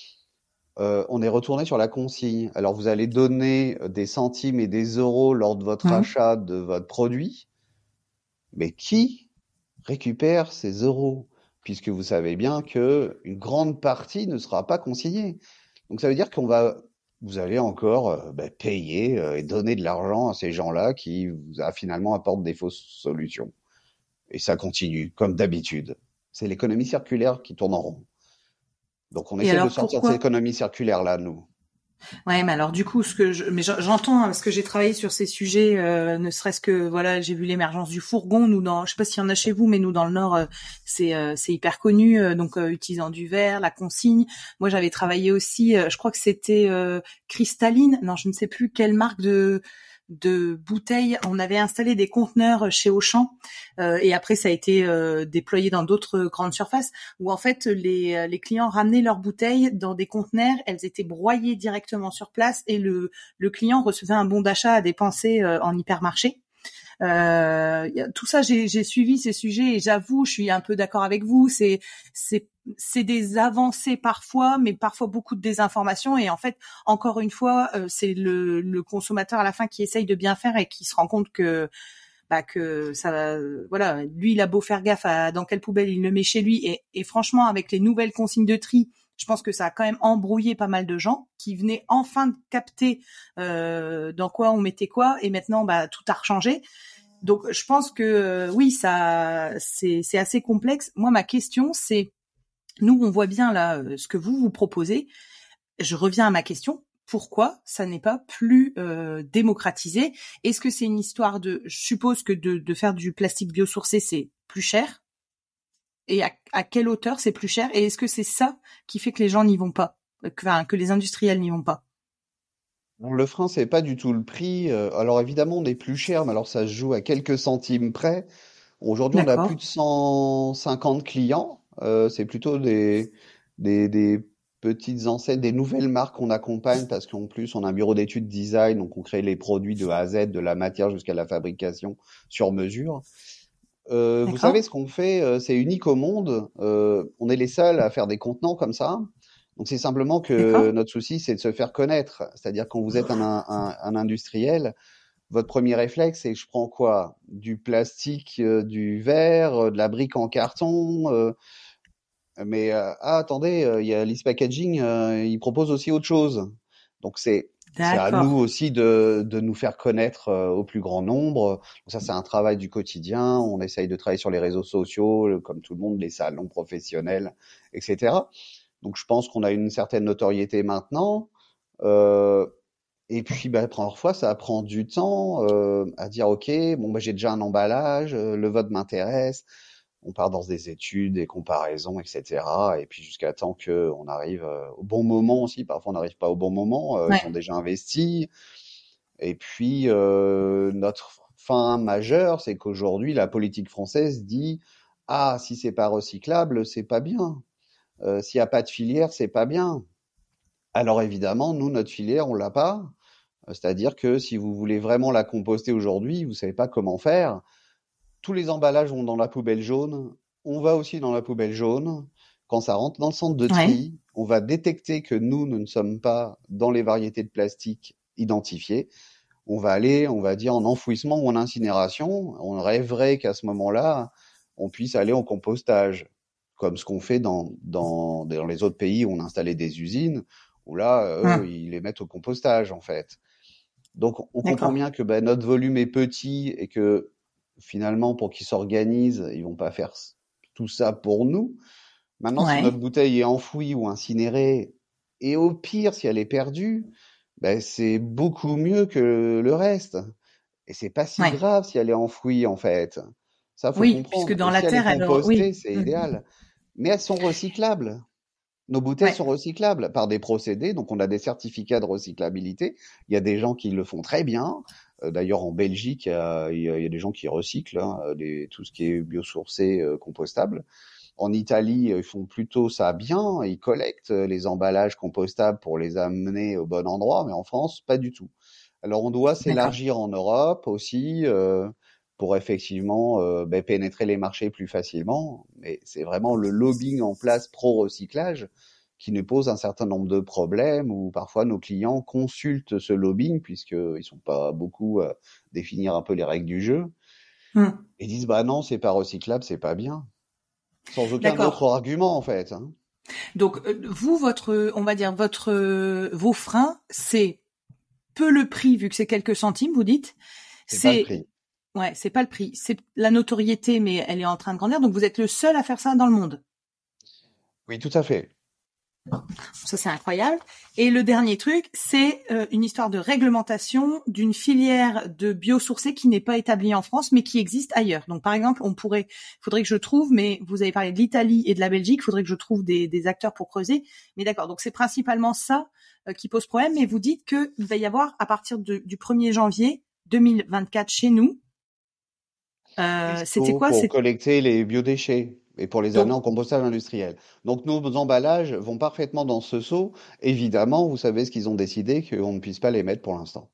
Euh, on est retourné sur la consigne. Alors vous allez donner des centimes et des euros lors de votre Mmh. achat de votre produit, mais qui récupère ces euros? Puisque vous savez bien que une grande partie ne sera pas consignée. Donc ça veut dire qu'on va, vous allez encore euh, bah, payer euh, et donner de l'argent à ces gens-là qui vous a, finalement apportent des fausses solutions. Et ça continue, comme d'habitude. C'est l'économie circulaire qui tourne en rond. Donc on Et essaie de alors sortir de cette pourquoi? économie circulaire-là, nous. Ouais, mais alors du coup, ce que je, mais j'en- j'entends hein, parce que j'ai travaillé sur ces sujets, euh, ne serait-ce que voilà, j'ai vu l'émergence du fourgon. Nous, dans, je sais pas s'il y en a chez vous, mais nous dans le Nord, euh, c'est euh, c'est hyper connu. euh, donc euh, utilisant du verre, la consigne. Moi, j'avais travaillé aussi. euh, je crois que c'était euh, Cristalline. Non, je ne sais plus quelle marque de de bouteilles. On avait installé des conteneurs chez Auchan euh, et après ça a été euh, déployé dans d'autres grandes surfaces où en fait les, les clients ramenaient leurs bouteilles dans des conteneurs, elles étaient broyées directement sur place et le, le client recevait un bon d'achat à dépenser euh, en hypermarché. Euh, tout ça, j'ai, j'ai suivi ces sujets et j'avoue, je suis un peu d'accord avec vous. C'est, c'est, c'est des avancées parfois, mais parfois beaucoup de désinformation. Et en fait, encore une fois, euh, c'est le, le consommateur à la fin qui essaye de bien faire et qui se rend compte que bah que ça va, voilà, lui il a beau faire gaffe à dans quelle poubelle il le met chez lui et, et franchement avec les nouvelles consignes de tri, je pense que ça a quand même embrouillé pas mal de gens qui venaient enfin de capter euh, dans quoi on mettait quoi et maintenant bah tout a rechangé. Donc je pense que euh, oui ça c'est c'est assez complexe. Moi ma question c'est, nous on voit bien là euh, ce que vous vous proposez. Je reviens à ma question. Pourquoi ça n'est pas plus euh, démocratisé? Est-ce que c'est une histoire de... Je suppose que de, de faire du plastique biosourcé, c'est plus cher. Et à, à quelle hauteur c'est plus cher? Et est-ce que c'est ça qui fait que les gens n'y vont pas? Que, enfin, que les industriels n'y vont pas? Bon, le frein, c'est pas du tout le prix. Euh, Alors évidemment, on est plus cher, mais alors ça se joue à quelques centimes près. Aujourd'hui, on a plus D'accord. de cent cinquante clients. Euh, c'est plutôt des, des, des petites enseignes, des nouvelles marques qu'on accompagne parce qu'en plus, on a un bureau d'études design, donc on crée les produits de A à Z, de la matière jusqu'à la fabrication sur mesure. Euh, vous D'accord. savez, ce qu'on fait, euh, c'est unique au monde. Euh, on est les seuls à faire des contenants comme ça. Donc c'est simplement que D'accord. notre souci, c'est de se faire connaître. C'est-à-dire quand vous êtes un, un, un industriel, votre premier réflexe, c'est je prends quoi? Du plastique, euh, du verre, euh, de la brique en carton. Euh, mais euh, ah, attendez, euh, il y a l'East Packaging, euh, il propose aussi autre chose. Donc c'est c'est à nous D'accord. aussi de, de nous faire connaître euh, au plus grand nombre. Donc ça, c'est un travail du quotidien. On essaye de travailler sur les réseaux sociaux, le- comme tout le monde, les salons professionnels, et cetera. Donc je pense qu'on a une certaine notoriété maintenant. Euh, et puis, bah, parfois, ça prend du temps euh, à dire, OK, bon, bah, j'ai déjà un emballage, euh, le vote m'intéresse. On part dans des études, des comparaisons, et cetera. Et puis jusqu'à temps qu'on arrive euh, au bon moment aussi. Parfois, on n'arrive pas au bon moment. Euh, ils ont Ouais. déjà investi. Et puis, euh, notre fin majeure, c'est qu'aujourd'hui, la politique française dit, ah, si c'est pas recyclable, c'est pas bien. Euh, s'il n'y a pas de filière, c'est pas bien. Alors évidemment, nous, notre filière, on l'a pas. C'est-à-dire que si vous voulez vraiment la composter aujourd'hui, vous savez pas comment faire. Tous les emballages vont dans la poubelle jaune. On va aussi dans la poubelle jaune. Quand ça rentre dans le centre de Ouais. tri, on va détecter que nous, nous ne sommes pas dans les variétés de plastique identifiées. On va aller, on va dire, en enfouissement ou en incinération. On rêverait qu'à ce moment-là, on puisse aller en compostage, comme ce qu'on fait dans, dans, dans les autres pays où on a installé des usines, où là, eux, Hum, ils les mettent au compostage, en fait. Donc, on comprend d'accord. bien que ben, notre volume est petit et que finalement, pour qu'ils s'organisent, ils vont pas faire tout ça pour nous. Maintenant, si Ouais. notre bouteille est enfouie ou incinérée, et au pire, si elle est perdue, ben, c'est beaucoup mieux que le reste. Et c'est pas si Ouais. grave si elle est enfouie, en fait. Ça, faut Oui, puisque comprendre. Et dans la si elle est terre, alors, oui. compostée, c'est Hum, idéal. Mais elles sont recyclables. Nos bouteilles ouais. sont recyclables par des procédés, donc on a des certificats de recyclabilité. Il y a des gens qui le font très bien. Euh, D'ailleurs, en Belgique, il y a, il y a- il y a des gens qui recyclent hein, des- tout ce qui est biosourcé, euh, compostable. En Italie, ils font plutôt ça bien. Ils collectent les emballages compostables pour les amener au bon endroit, mais en France, pas du tout. Alors, on doit D'accord. s'élargir en Europe aussi euh, pour effectivement euh, ben, pénétrer les marchés plus facilement. Mais c'est vraiment le lobbying en place pro-recyclage qui nous pose un certain nombre de problèmes où parfois nos clients consultent ce lobbying puisqu'ils sont pas beaucoup à définir un peu les règles du jeu Hum, et disent bah non, c'est pas recyclable, c'est pas bien. Sans aucun autre d'accord. argument en fait. Hein. Donc, euh, vous, votre, on va dire, votre, euh, vos freins, c'est peu le prix, vu que c'est quelques centimes, vous dites. C'est pas le C'est, prix. ouais, c'est pas le prix. C'est la notoriété, mais elle est en train de grandir. Donc, vous êtes le seul à faire ça dans le monde. Oui, tout à fait. Ça, c'est incroyable. Et le dernier truc, c'est euh, une histoire de réglementation d'une filière de biosourcés qui n'est pas établie en France, mais qui existe ailleurs. Donc, par exemple, on pourrait, faudrait que je trouve, mais vous avez parlé de l'Italie et de la Belgique, faudrait que je trouve des, des acteurs pour creuser. Mais d'accord, donc c'est principalement ça euh, qui pose problème. Mais vous dites qu'il va y avoir, à partir de, du premier janvier deux mille vingt-quatre chez nous, Oui, euh, c'est c'était pour, quoi? pour C'est collecter les biodéchets et pour les amener donc, en compostage industriel. Donc nos emballages vont parfaitement dans ce seau. Évidemment, vous savez ce qu'ils ont décidé, qu'on ne puisse pas les mettre pour l'instant.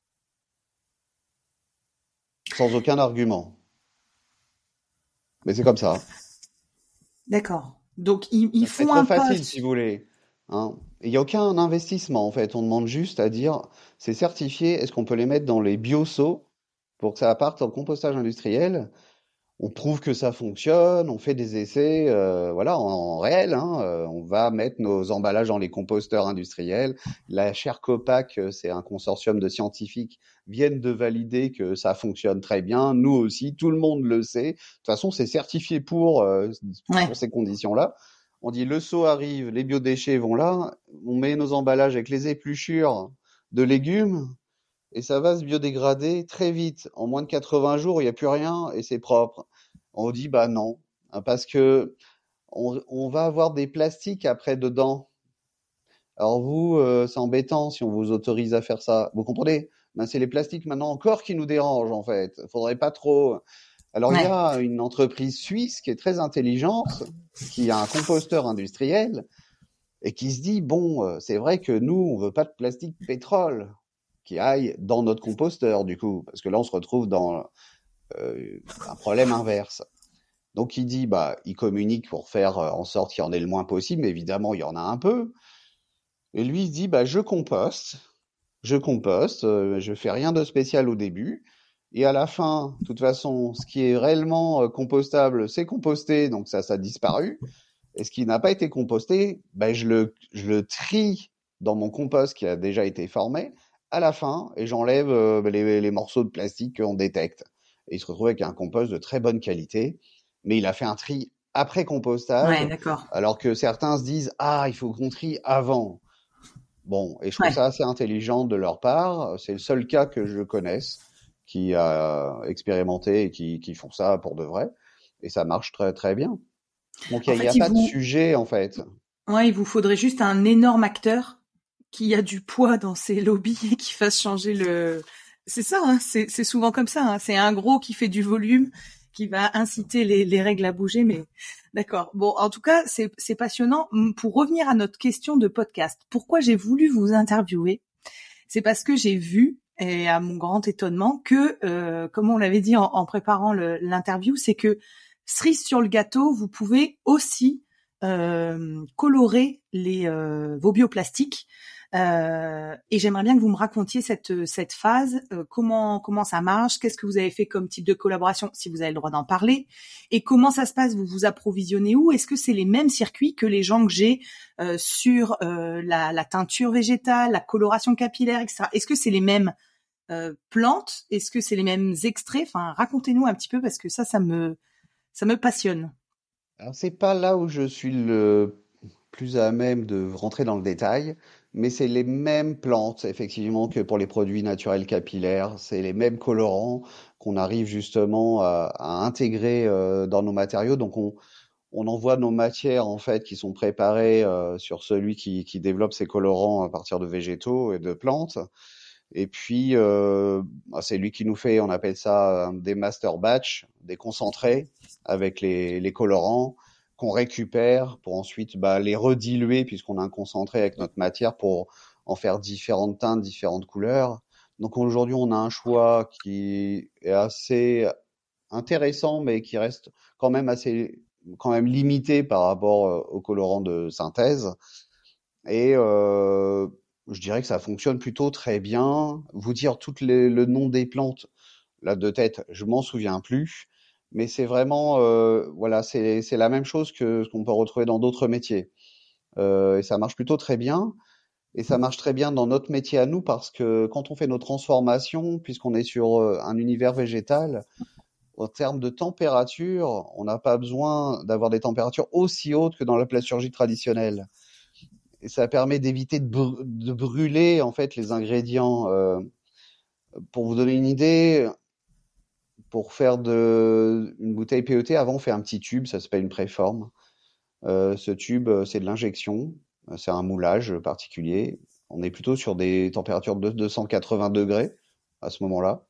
Sans aucun argument. Mais c'est comme ça. d'accord. Donc, ils, ils Ça serait font trop un pas. facile si vous voulez. Hein. Il n'y a aucun investissement en fait. On demande juste à dire, c'est certifié, est-ce qu'on peut les mettre dans les bio-seaux pour que ça parte en compostage industriel? On prouve que ça fonctionne, on fait des essais, euh, voilà, en, en réel. Hein, euh, on va mettre nos emballages dans les composteurs industriels. La chaire Copac, euh, c'est un consortium de scientifiques, viennent de valider que ça fonctionne très bien. Nous aussi, tout le monde le sait. De toute façon, c'est certifié pour euh, Ouais. pour ces conditions-là. On dit le seau arrive, les biodéchets vont là, on met nos emballages avec les épluchures de légumes et ça va se biodégrader très vite. En moins de quatre-vingts jours, il n'y a plus rien et c'est propre. On dit bah non, hein, parce que on, on va avoir des plastiques après dedans. Alors vous, euh, c'est embêtant si on vous autorise à faire ça. Vous comprenez? Ben, c'est les plastiques maintenant encore qui nous dérangent en fait. Faudrait pas trop. Alors il y Ouais. a une entreprise suisse qui est très intelligente, qui a un composteur industriel et qui se dit bon, euh, c'est vrai que nous, on veut pas de plastique pétrole qui aille dans notre composteur du coup, parce que là on se retrouve dans euh, un problème inverse. Donc il dit bah il communique pour faire euh, en sorte qu'il y en ait le moins possible, mais évidemment il y en a un peu. Et lui il se dit bah je composte, je composte, euh, je fais rien de spécial au début. Et à la fin, de toute façon, ce qui est réellement euh, compostable, c'est composté, donc ça, ça a disparu. Et ce qui n'a pas été composté, ben je le, je le trie dans mon compost qui a déjà été formé à la fin et j'enlève euh, les, les morceaux de plastique qu'on détecte. Et il se retrouve avec un compost de très bonne qualité, mais il a fait un tri après Ouais, compostage, d'accord. alors que certains se disent ah il faut qu'on trie avant. Bon, et je trouve Ouais. ça assez intelligent de leur part. C'est le seul cas que je connaisse qui a expérimenté et qui, qui font ça pour de vrai. Et ça marche très très bien. Donc il En n'y a, y fait, a il pas de vous, sujet en fait. ouais, il vous faudrait juste un énorme acteur qui a du poids dans ses lobbies et qui fasse changer le. C'est ça, hein, c'est, c'est souvent comme ça. Hein, c'est un gros qui fait du volume, qui va inciter les, les règles à bouger. Mais d'accord. Bon, en tout cas, c'est, c'est passionnant. Pour revenir à notre question de podcast, pourquoi j'ai voulu vous interviewer, c'est parce que j'ai vu et à mon grand étonnement que, euh, comme on l'avait dit en, en préparant le, l'interview, c'est que cerise sur le gâteau, vous pouvez aussi euh, colorer les euh, vos bioplastiques. Euh, et j'aimerais bien que vous me racontiez cette cette phase, euh, comment comment ça marche, qu'est-ce que vous avez fait comme type de collaboration, si vous avez le droit d'en parler, et comment ça se passe, vous vous approvisionnez où, est-ce que c'est les mêmes circuits que les gens que j'ai euh, sur euh, la, la teinture végétale, la coloration capillaire, et cetera. Est-ce que c'est les mêmes euh, plantes, est-ce que c'est les mêmes extraits, enfin racontez-nous un petit peu parce que ça ça me ça me passionne. Alors, c'est pas là où je suis le plus à même de rentrer dans le détail, mais c'est les mêmes plantes, effectivement, que pour les produits naturels capillaires. C'est les mêmes colorants qu'on arrive justement à, à intégrer euh, dans nos matériaux. Donc, on, on envoie nos matières, en fait, qui sont préparées euh, sur celui qui, qui développe ces colorants à partir de végétaux et de plantes. Et puis, euh, bah, c'est lui qui nous fait, on appelle ça euh, des master batch, des concentrés avec les, les colorants qu'on récupère pour ensuite bah, les rediluer puisqu'on a un concentré avec notre matière pour en faire différentes teintes, différentes couleurs. Donc aujourd'hui, on a un choix qui est assez intéressant, mais qui reste quand même assez, quand même limité par rapport euh, aux colorants de synthèse. Et euh, je dirais que ça fonctionne plutôt très bien. Vous dire tout le nom des plantes, là de tête, je m'en souviens plus. Mais c'est vraiment, euh, voilà, c'est c'est la même chose que ce qu'on peut retrouver dans d'autres métiers. Euh, et ça marche plutôt très bien. Et ça marche très bien dans notre métier à nous parce que quand on fait nos transformations, puisqu'on est sur euh, un univers végétal, en termes de température, on n'a pas besoin d'avoir des températures aussi hautes que dans la plasturgie traditionnelle. Et ça permet d'éviter de, br- de brûler en fait les ingrédients. Euh, pour vous donner une idée, pour faire de une bouteille P E T, avant on fait un petit tube, ça s'appelle une préforme. Euh, ce tube, euh, c'est de l'injection, euh, c'est un moulage particulier. On est plutôt sur des températures de deux cent quatre-vingts degrés à ce moment-là.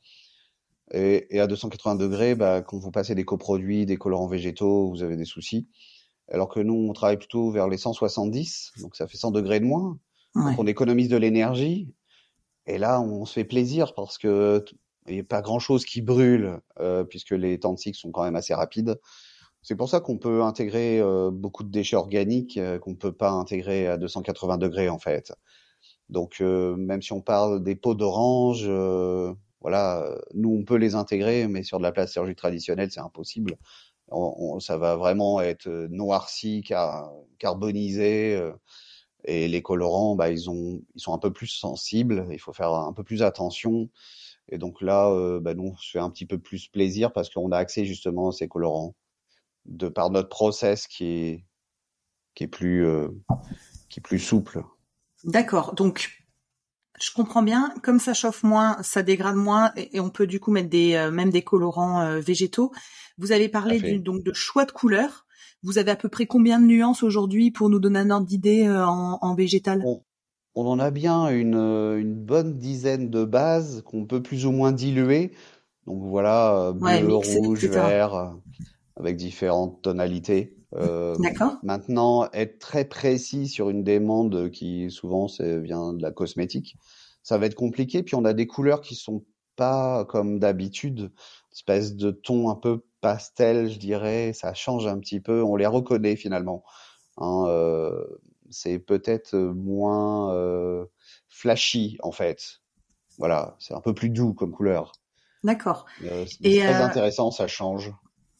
Et, et à deux cent quatre-vingts degrés, bah, quand vous passez des coproduits, des colorants végétaux, vous avez des soucis. Alors que nous, on travaille plutôt vers les cent soixante-dix, donc ça fait cent degrés de moins. Donc Ouais. on économise de l'énergie. Et là, on se fait plaisir parce que il n'y a pas grand-chose qui brûle, euh, puisque les temps de cycle sont quand même assez rapides. C'est pour ça qu'on peut intégrer euh, beaucoup de déchets organiques euh, qu'on ne peut pas intégrer à deux cent quatre-vingts degrés en fait. Donc euh, même si on parle des peaux d'orange, euh, voilà, euh, nous on peut les intégrer, mais sur de la plasturgie traditionnelle, c'est impossible. On, on- ça va vraiment être euh, noirci, car, carbonisé, euh, et les colorants, bah ils ont, ils sont un peu plus sensibles. Il faut faire un peu plus attention. Et donc là, euh, bah, nous on se fait un petit peu plus plaisir parce qu'on a accès justement à ces colorants de par notre process qui est qui est plus euh, qui est plus souple. D'accord. Donc je comprends bien, comme ça chauffe moins, ça dégrade moins, et, et on peut du coup mettre des euh, même des colorants euh, végétaux. Vous avez Tout à parlé du, fait. donc de choix de couleurs. Vous avez à peu près combien de nuances aujourd'hui pour nous donner un ordre d'idée euh, en, en végétal? On, on en a bien une, euh, une bonne dizaine de bases qu'on peut plus ou moins diluer. Donc voilà, euh, Ouais, bleu, mix, rouge, et cetera. vert, euh, avec différentes tonalités. Euh, D'accord. Maintenant, être très précis sur une demande qui souvent c'est, vient de la cosmétique, ça va être compliqué. Puis on a des couleurs qui sont pas comme d'habitude, espèce de ton un peu pastel, je dirais. Ça change un petit peu. On les reconnaît finalement. Hein, euh, c'est peut-être moins euh, flashy en fait. Voilà, c'est un peu plus doux comme couleur. D'accord. Euh, mais c'est Et très euh, intéressant, ça change.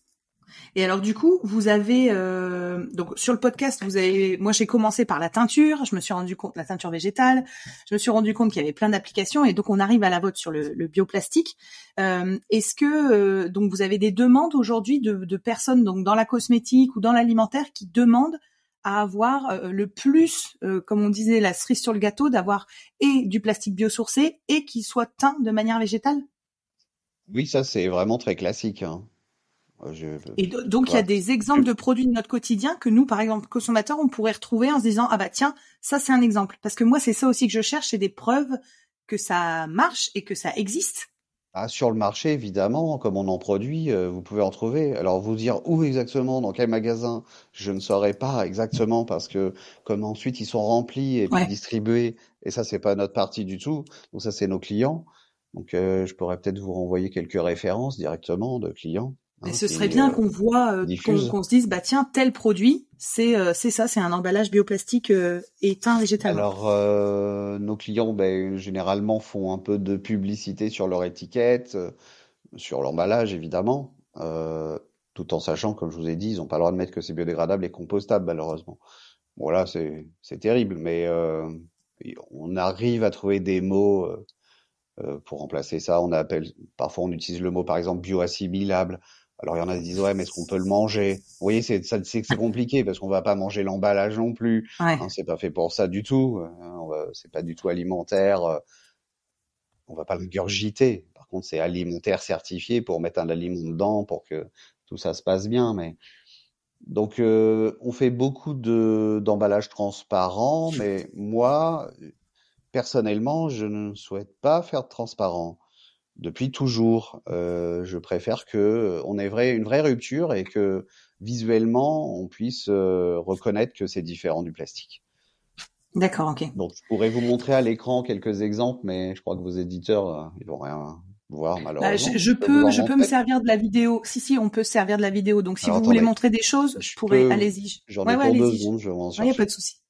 Et alors du coup, vous avez euh, donc sur le podcast, vous avez, moi j'ai commencé par la teinture, je me suis rendu compte la teinture végétale, je me suis rendu compte qu'il y avait plein d'applications et donc on arrive à la vôtre sur le, le bioplastique. Euh, est-ce que euh, donc vous avez des demandes aujourd'hui de, de personnes donc dans la cosmétique ou dans l'alimentaire qui demandent à avoir euh, le plus, euh, comme on disait, la cerise sur le gâteau, d'avoir et du plastique biosourcé et qui soit teint de manière végétale? Oui, ça c'est vraiment très classique. Hein. Euh, Je, Et do- donc, il y a voilà. des exemples de produits de notre quotidien que nous, par exemple, consommateurs, on pourrait retrouver en se disant, ah bah tiens, ça c'est un exemple. Parce que moi, c'est ça aussi que je cherche, c'est des preuves que ça marche et que ça existe. Ah, sur le marché, évidemment, comme on en produit, euh, vous pouvez en trouver. Alors, vous dire où exactement, dans quel magasin, je ne saurais pas exactement parce que comme ensuite ils sont remplis et puis Ouais. distribués, et ça, c'est pas notre partie du tout. Donc ça, c'est nos clients. Donc, euh, je pourrais peut-être vous renvoyer quelques références directement de clients Mais hein, ce serait qui bien euh, qu'on voit, euh, qu'on, diffusent. qu'on se dise, bah tiens, tel produit, c'est euh, c'est ça, c'est un emballage bioplastique euh, éteint végétalement. Alors, euh, nos clients, ben, généralement, font un peu de publicité sur leur étiquette, euh, sur l'emballage, évidemment, euh, tout en sachant, comme je vous ai dit, ils n'ont pas le droit de mettre que c'est biodégradable et compostable, malheureusement. Bon, là, c'est c'est terrible, mais euh, on arrive à trouver des mots euh, euh, pour remplacer ça. On appelle, parfois, on utilise le mot, par exemple, bioassimilable. Alors, il y en a qui disent, ouais, mais est-ce qu'on peut le manger? Vous voyez, c'est ça, c'est que c'est compliqué parce qu'on va pas manger l'emballage non plus. Ouais. Hein, c'est pas fait pour ça du tout. Hein, on va- c'est pas du tout alimentaire. euh, On va pas le gurgiter. Par contre, c'est alimentaire certifié pour mettre un aliment dedans pour que tout ça se passe bien. Mais donc, euh, on fait beaucoup de d'emballages transparents, mais moi, personnellement, je ne souhaite pas faire de transparent. Depuis toujours, euh, je préfère que on ait vrai, une vraie rupture et que visuellement, on puisse euh, reconnaître que c'est différent du plastique. D'accord, ok. Donc, je pourrais vous montrer à l'écran quelques exemples, mais je crois que vos éditeurs, euh, ils vont rien voir Bah, je, malheureusement. je Je peux vous peux, en je peux me montrer. servir de la vidéo. Si, si, on peut se servir de la vidéo. Donc, si Alors, vous voulez attendez, montrer des choses, je je pourrais. peux, Allez-y. j'en Ouais, ai ouais, pour deux allez-y. secondes, je vais en Il n'y a pas chercher. de souci.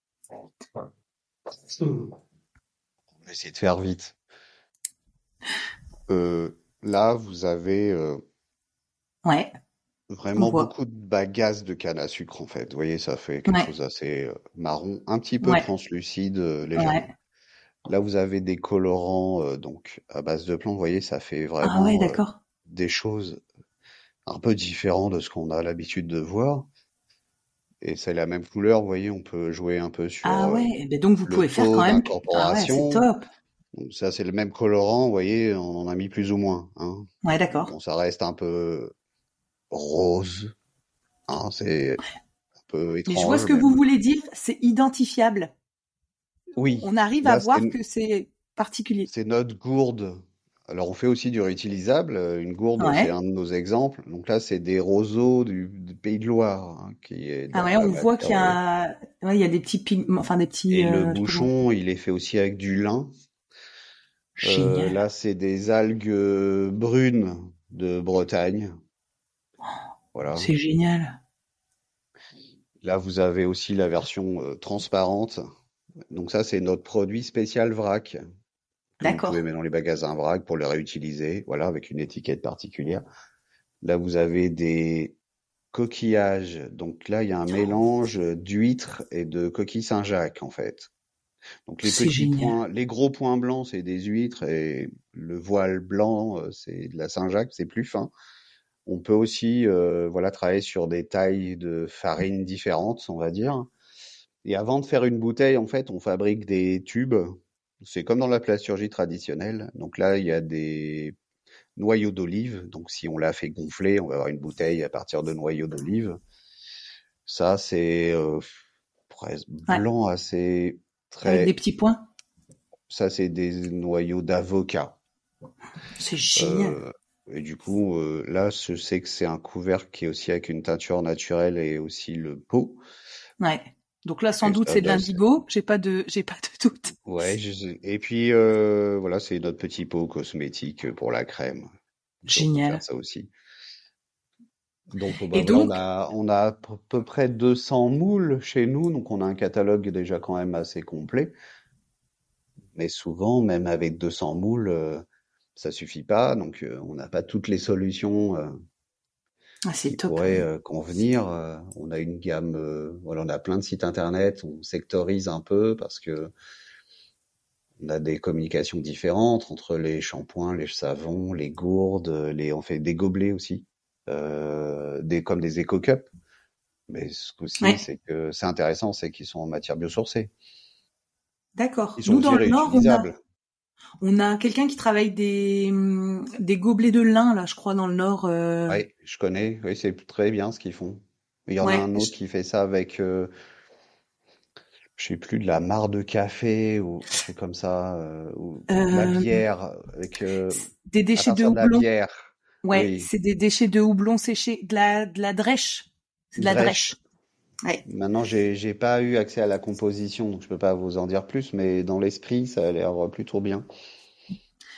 On va essayer de faire vite. Euh, Là, vous avez euh, Ouais, on vraiment voit. beaucoup de bagasse de canne à sucre en fait. Vous voyez, ça fait quelque Ouais, chose d'assez euh, marron, un petit peu ouais, translucide euh, légèrement. ouais. Là, vous avez des colorants euh, donc à base de plantes. Vous voyez, ça fait Ah ouais, vraiment euh, d'accord. des choses un peu différentes de ce qu'on a l'habitude de voir. Et c'est la même couleur. Vous voyez, on peut jouer un peu sur Ah euh, ouais. Eh ben donc, vous le pouvez faire taux quand même. Ah ouais, c'est d'incorporation. top. Donc ça, c'est le même colorant. Vous voyez, on en a mis plus ou moins. Hein. Ouais, d'accord. Bon, ça reste un peu rose. Hein, c'est un peu Mais je vois ce étrange, que mais vous bon. voulez dire. C'est identifiable. Oui, On arrive à là, c'est voir que c'est particulier. c'est notre gourde. Alors, on fait aussi du réutilisable. Euh, Une gourde, c'est Ouais. un de nos exemples. Donc là, c'est des roseaux du, du Pays de Loire, hein, qui est Ah dans ouais, la on voit matière, qu'il y vous voyez. a, ouais, il y a des petits pigments, enfin des petits, Et le euh, je sais pas comment. bouchon, il est fait aussi avec du lin. Euh, Génial. là, c'est des algues euh, brunes de Bretagne. Voilà. C'est génial. Là, vous avez aussi la version euh, transparente. Donc ça, c'est notre produit spécial vrac que vous pouvez D'accord. mettre dans les magasins vrac pour le réutiliser. Voilà, avec une étiquette particulière. Là, vous avez des coquillages. Donc là, il y a un mélange d'huîtres et de coquilles Saint-Jacques, en fait. Donc les C'est petits génial. points, les gros points blancs, c'est des huîtres et le voile blanc, euh, c'est de la Saint-Jacques, c'est plus fin. On peut aussi, euh, voilà, travailler sur des tailles de farine différentes, on va dire. Et avant de faire une bouteille, en fait, on fabrique des tubes. C'est comme dans la plasturgie traditionnelle. Donc là, il y a des noyaux d'olive. Donc si on l'a fait gonfler, on va avoir une bouteille à partir de noyaux d'olive. Ça, c'est euh, presque Ouais. blanc assez Avec des très. petits points. Ça, c'est des noyaux d'avocat. C'est génial. Euh, et du coup, euh, là, je sais que c'est un couvercle qui est aussi avec une teinture naturelle et aussi le pot. Ouais. Donc là, sans Et doute, ça, c'est de bah, c'est- l'indigo. J'ai pas de, j'ai pas de doute. ouais. je sais. Et puis, euh, voilà, c'est notre petit pot cosmétique pour la crème. Donc, on peut faire Génial. ça aussi. Donc, bah Et voilà, on donc, a, on a à peu peu près deux cents moules chez nous. Donc, on a un catalogue déjà quand même assez complet. Mais souvent, même avec deux cents moules, euh, ça suffit pas. Donc, euh, on n'a pas toutes les solutions. euh, ah, c'est qui top. pourraient euh, convenir. Euh, on a une gamme, euh, voilà, on a plein de sites internet, on sectorise un peu parce que on a des communications différentes entre les shampoings, les savons, les gourdes, les, on fait des gobelets aussi, euh, des comme des éco-cups. Mais ce qu'aussi, Ouais. c'est que c'est intéressant, c'est qu'ils sont en matière biosourcée. D'accord. Ils sont Nous, aussi dans le Nord, on a, réutilisables. on a quelqu'un qui travaille des, hum, des gobelets de lin, là, je crois, dans le Nord. euh, Oui, je connais, oui, c'est très bien ce qu'ils font. Il y en a Ouais. un autre je- qui fait ça avec euh, je sais plus, de la mare de café ou un truc comme ça, euh, ou de la euh, bière avec euh, des à déchets de partir de la houblon. bière. Ouais, Oui, c'est des déchets de houblon séché, de la, de la drèche. C'est de la drèche. drèche. Ouais. Maintenant, j'ai j'ai pas eu accès à la composition, donc je peux pas vous en dire plus, mais dans l'esprit, ça a l'air plutôt bien.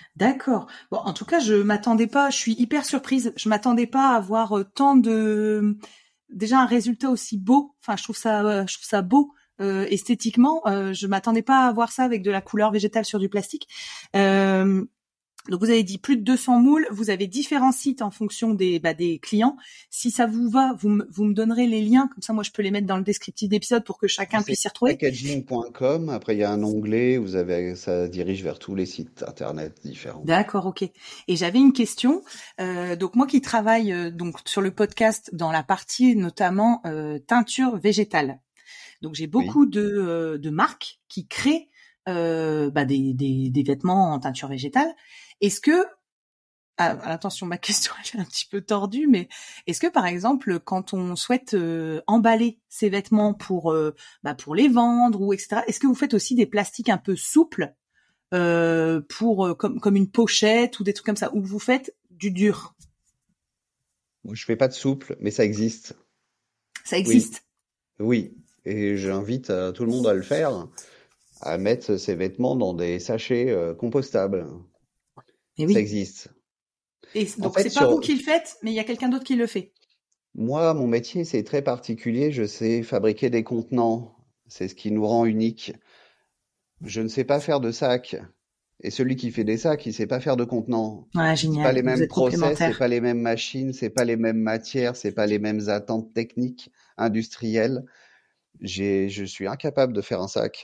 D'accord. Bon, en tout cas, je m'attendais pas, je suis hyper surprise. Je m'attendais pas à avoir euh, tant de, déjà un résultat aussi beau. Enfin, je trouve ça, euh, je trouve ça beau euh, esthétiquement. Euh, je m'attendais pas à voir ça avec de la couleur végétale sur du plastique. Euh, Donc vous avez dit plus de deux cents moules, vous avez différents sites en fonction des bah, des clients. Si ça vous va, vous me vous me donnerez les liens, comme ça moi je peux les mettre dans le descriptif d'épisode pour que chacun C'est puisse s'y retrouver. packaging point com. Après, il y a un onglet, vous avez, ça dirige vers tous les sites internet différents. D'accord, ok. Et j'avais une question. Euh, donc moi qui travaille euh, donc sur le podcast dans la partie notamment euh, teinture végétale. Donc j'ai Oui. beaucoup de euh, de marques qui créent euh, bah, des, des des vêtements en teinture végétale. Est-ce que Ah, attention, ma question elle est un petit peu tordue, mais est-ce que par exemple, quand on souhaite euh, emballer ces vêtements pour euh, bah, pour les vendre ou et cetera, est-ce que vous faites aussi des plastiques un peu souples euh, pour euh, comme comme une pochette ou des trucs comme ça, ou vous faites du dur? Moi, je fais pas de souple, mais ça existe. Ça Oui, existe. oui. Et j'invite euh, tout le monde à le faire, à mettre ses vêtements dans des sachets euh, compostables. Mais Ça oui. existe. Et En donc fait, c'est pas vous sur qui le faites, mais il y a quelqu'un d'autre qui le fait. moi, mon métier, c'est très particulier. Je sais fabriquer des contenants. C'est ce qui nous rend uniques. Je ne sais pas faire de sacs. Et celui qui fait des sacs, il sait pas faire de contenants. Ouais, C'est pas génial. les Vous mêmes êtes process, c'est complémentaires. pas les mêmes machines, c'est pas les mêmes matières, c'est pas les mêmes attentes techniques, industrielles. J'ai, je suis incapable de faire un sac.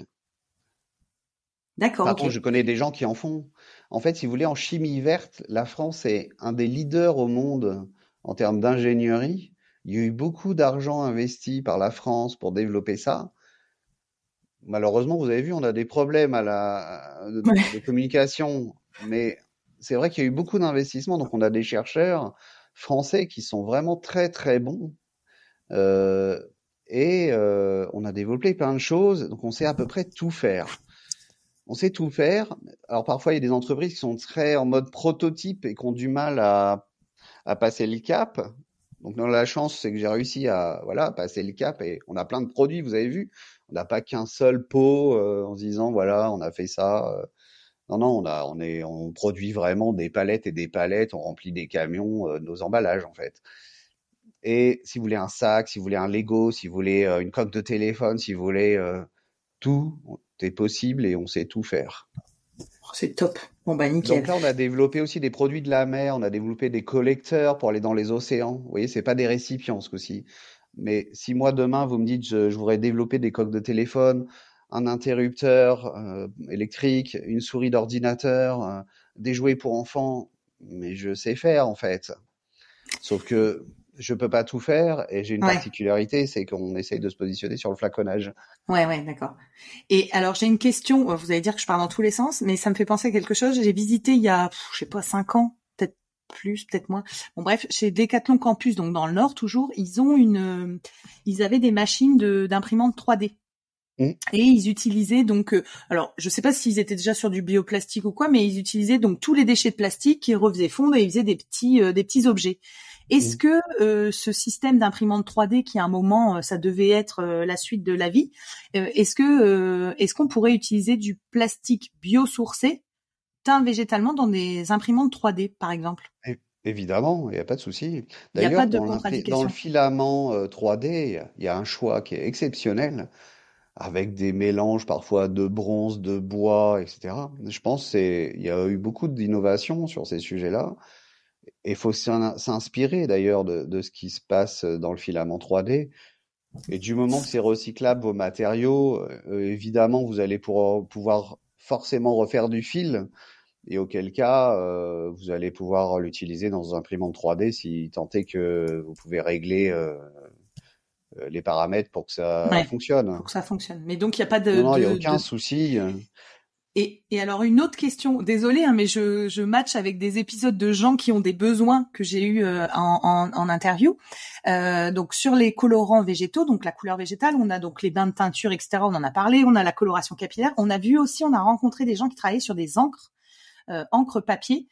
D'accord, Par ok. contre, je connais des gens qui en font. En fait, si vous voulez, en chimie verte, la France est un des leaders au monde en termes d'ingénierie. Il y a eu beaucoup d'argent investi par la France pour développer ça. Malheureusement, vous avez vu, on a des problèmes à la, de, Ouais. de communication, mais c'est vrai qu'il y a eu beaucoup d'investissements, donc on a des chercheurs français qui sont vraiment très très bons, euh, et euh, on a développé plein de choses, donc on sait à peu près tout faire. On sait tout faire. Alors parfois, il y a des entreprises qui sont très en mode prototype et qui ont du mal à, à passer le cap. Donc, dans la chance, c'est que j'ai réussi à voilà passer le cap et on a plein de produits. Vous avez vu, on n'a pas qu'un seul pot euh, en se disant voilà, on a fait ça. euh. Non, non, on a, on est, on produit vraiment des palettes et des palettes. On remplit des camions euh, de nos emballages en fait. Et si vous voulez un sac, si vous voulez un Lego, si vous voulez euh, une coque de téléphone, si vous voulez euh, tout, est possible et on sait tout faire. Oh, c'est top. Bon bah Donc nickel. là, on a développé aussi des produits de la mer, on a développé des collecteurs pour aller dans les océans. Vous voyez, c'est pas des récipients ce coup-ci. Mais si moi demain vous me dites je, je voudrais développer des coques de téléphone, un interrupteur euh, électrique, une souris d'ordinateur, euh, des jouets pour enfants, mais je sais faire en fait. Sauf que je peux pas tout faire et j'ai une Ouais. particularité, c'est qu'on essaye de se positionner sur le flaconnage. Ouais, ouais, d'accord. Et alors j'ai une question. Vous allez dire que je pars dans tous les sens, mais ça me fait penser à quelque chose. J'ai visité il y a, pff, je sais pas, cinq ans, peut-être plus, peut-être moins. Bon bref, chez Decathlon Campus, donc dans le Nord toujours, ils ont une, euh, ils avaient des machines de d'imprimante trois D. Mmh. Et ils utilisaient donc, euh, alors je sais pas s'ils étaient déjà sur du bioplastique ou quoi, mais ils utilisaient donc tous les déchets de plastique qu'ils refaisaient fondre et ils faisaient des petits, euh, des petits objets. Est-ce Mmh. que euh, ce système d'imprimante trois D, qui à un moment euh, ça devait être euh, la suite de la vie, euh, est-ce que euh, est-ce qu'on pourrait utiliser du plastique biosourcé teint végétalement dans des imprimantes trois D par exemple? É- Évidemment, il n'y a pas de souci. Il n'y a pas D'ailleurs, de dans l'impri- dans le contre-indication. filament euh, trois D, il y a il y a un choix qui est exceptionnel, avec des mélanges parfois de bronze, de bois, et cetera. Je pense que c'est, il y a eu beaucoup d'innovations sur ces sujets-là. Et il faut s'in- s'inspirer d'ailleurs de, de ce qui se passe dans le filament trois D. Et du moment que c'est recyclable, vos matériaux, euh, évidemment, vous allez pour- pouvoir forcément refaire du fil. Et auquel cas, euh, vous allez pouvoir l'utiliser dans un imprimante trois D si tant est que vous pouvez régler euh, euh, les paramètres pour que ça Ouais, fonctionne. pour que ça fonctionne. Mais donc il n'y a pas de, Non, non, il n'y a de, aucun de souci. Et, et alors une autre question, désolée, hein, mais je, je match avec des épisodes de gens qui ont des besoins que j'ai eu euh, en, en, en interview. Euh, donc sur les colorants végétaux, donc la couleur végétale, on a donc les bains de teinture, et cetera. On en a parlé, on a la coloration capillaire. On a vu aussi, on a rencontré des gens qui travaillaient sur des encres, euh, encre papier.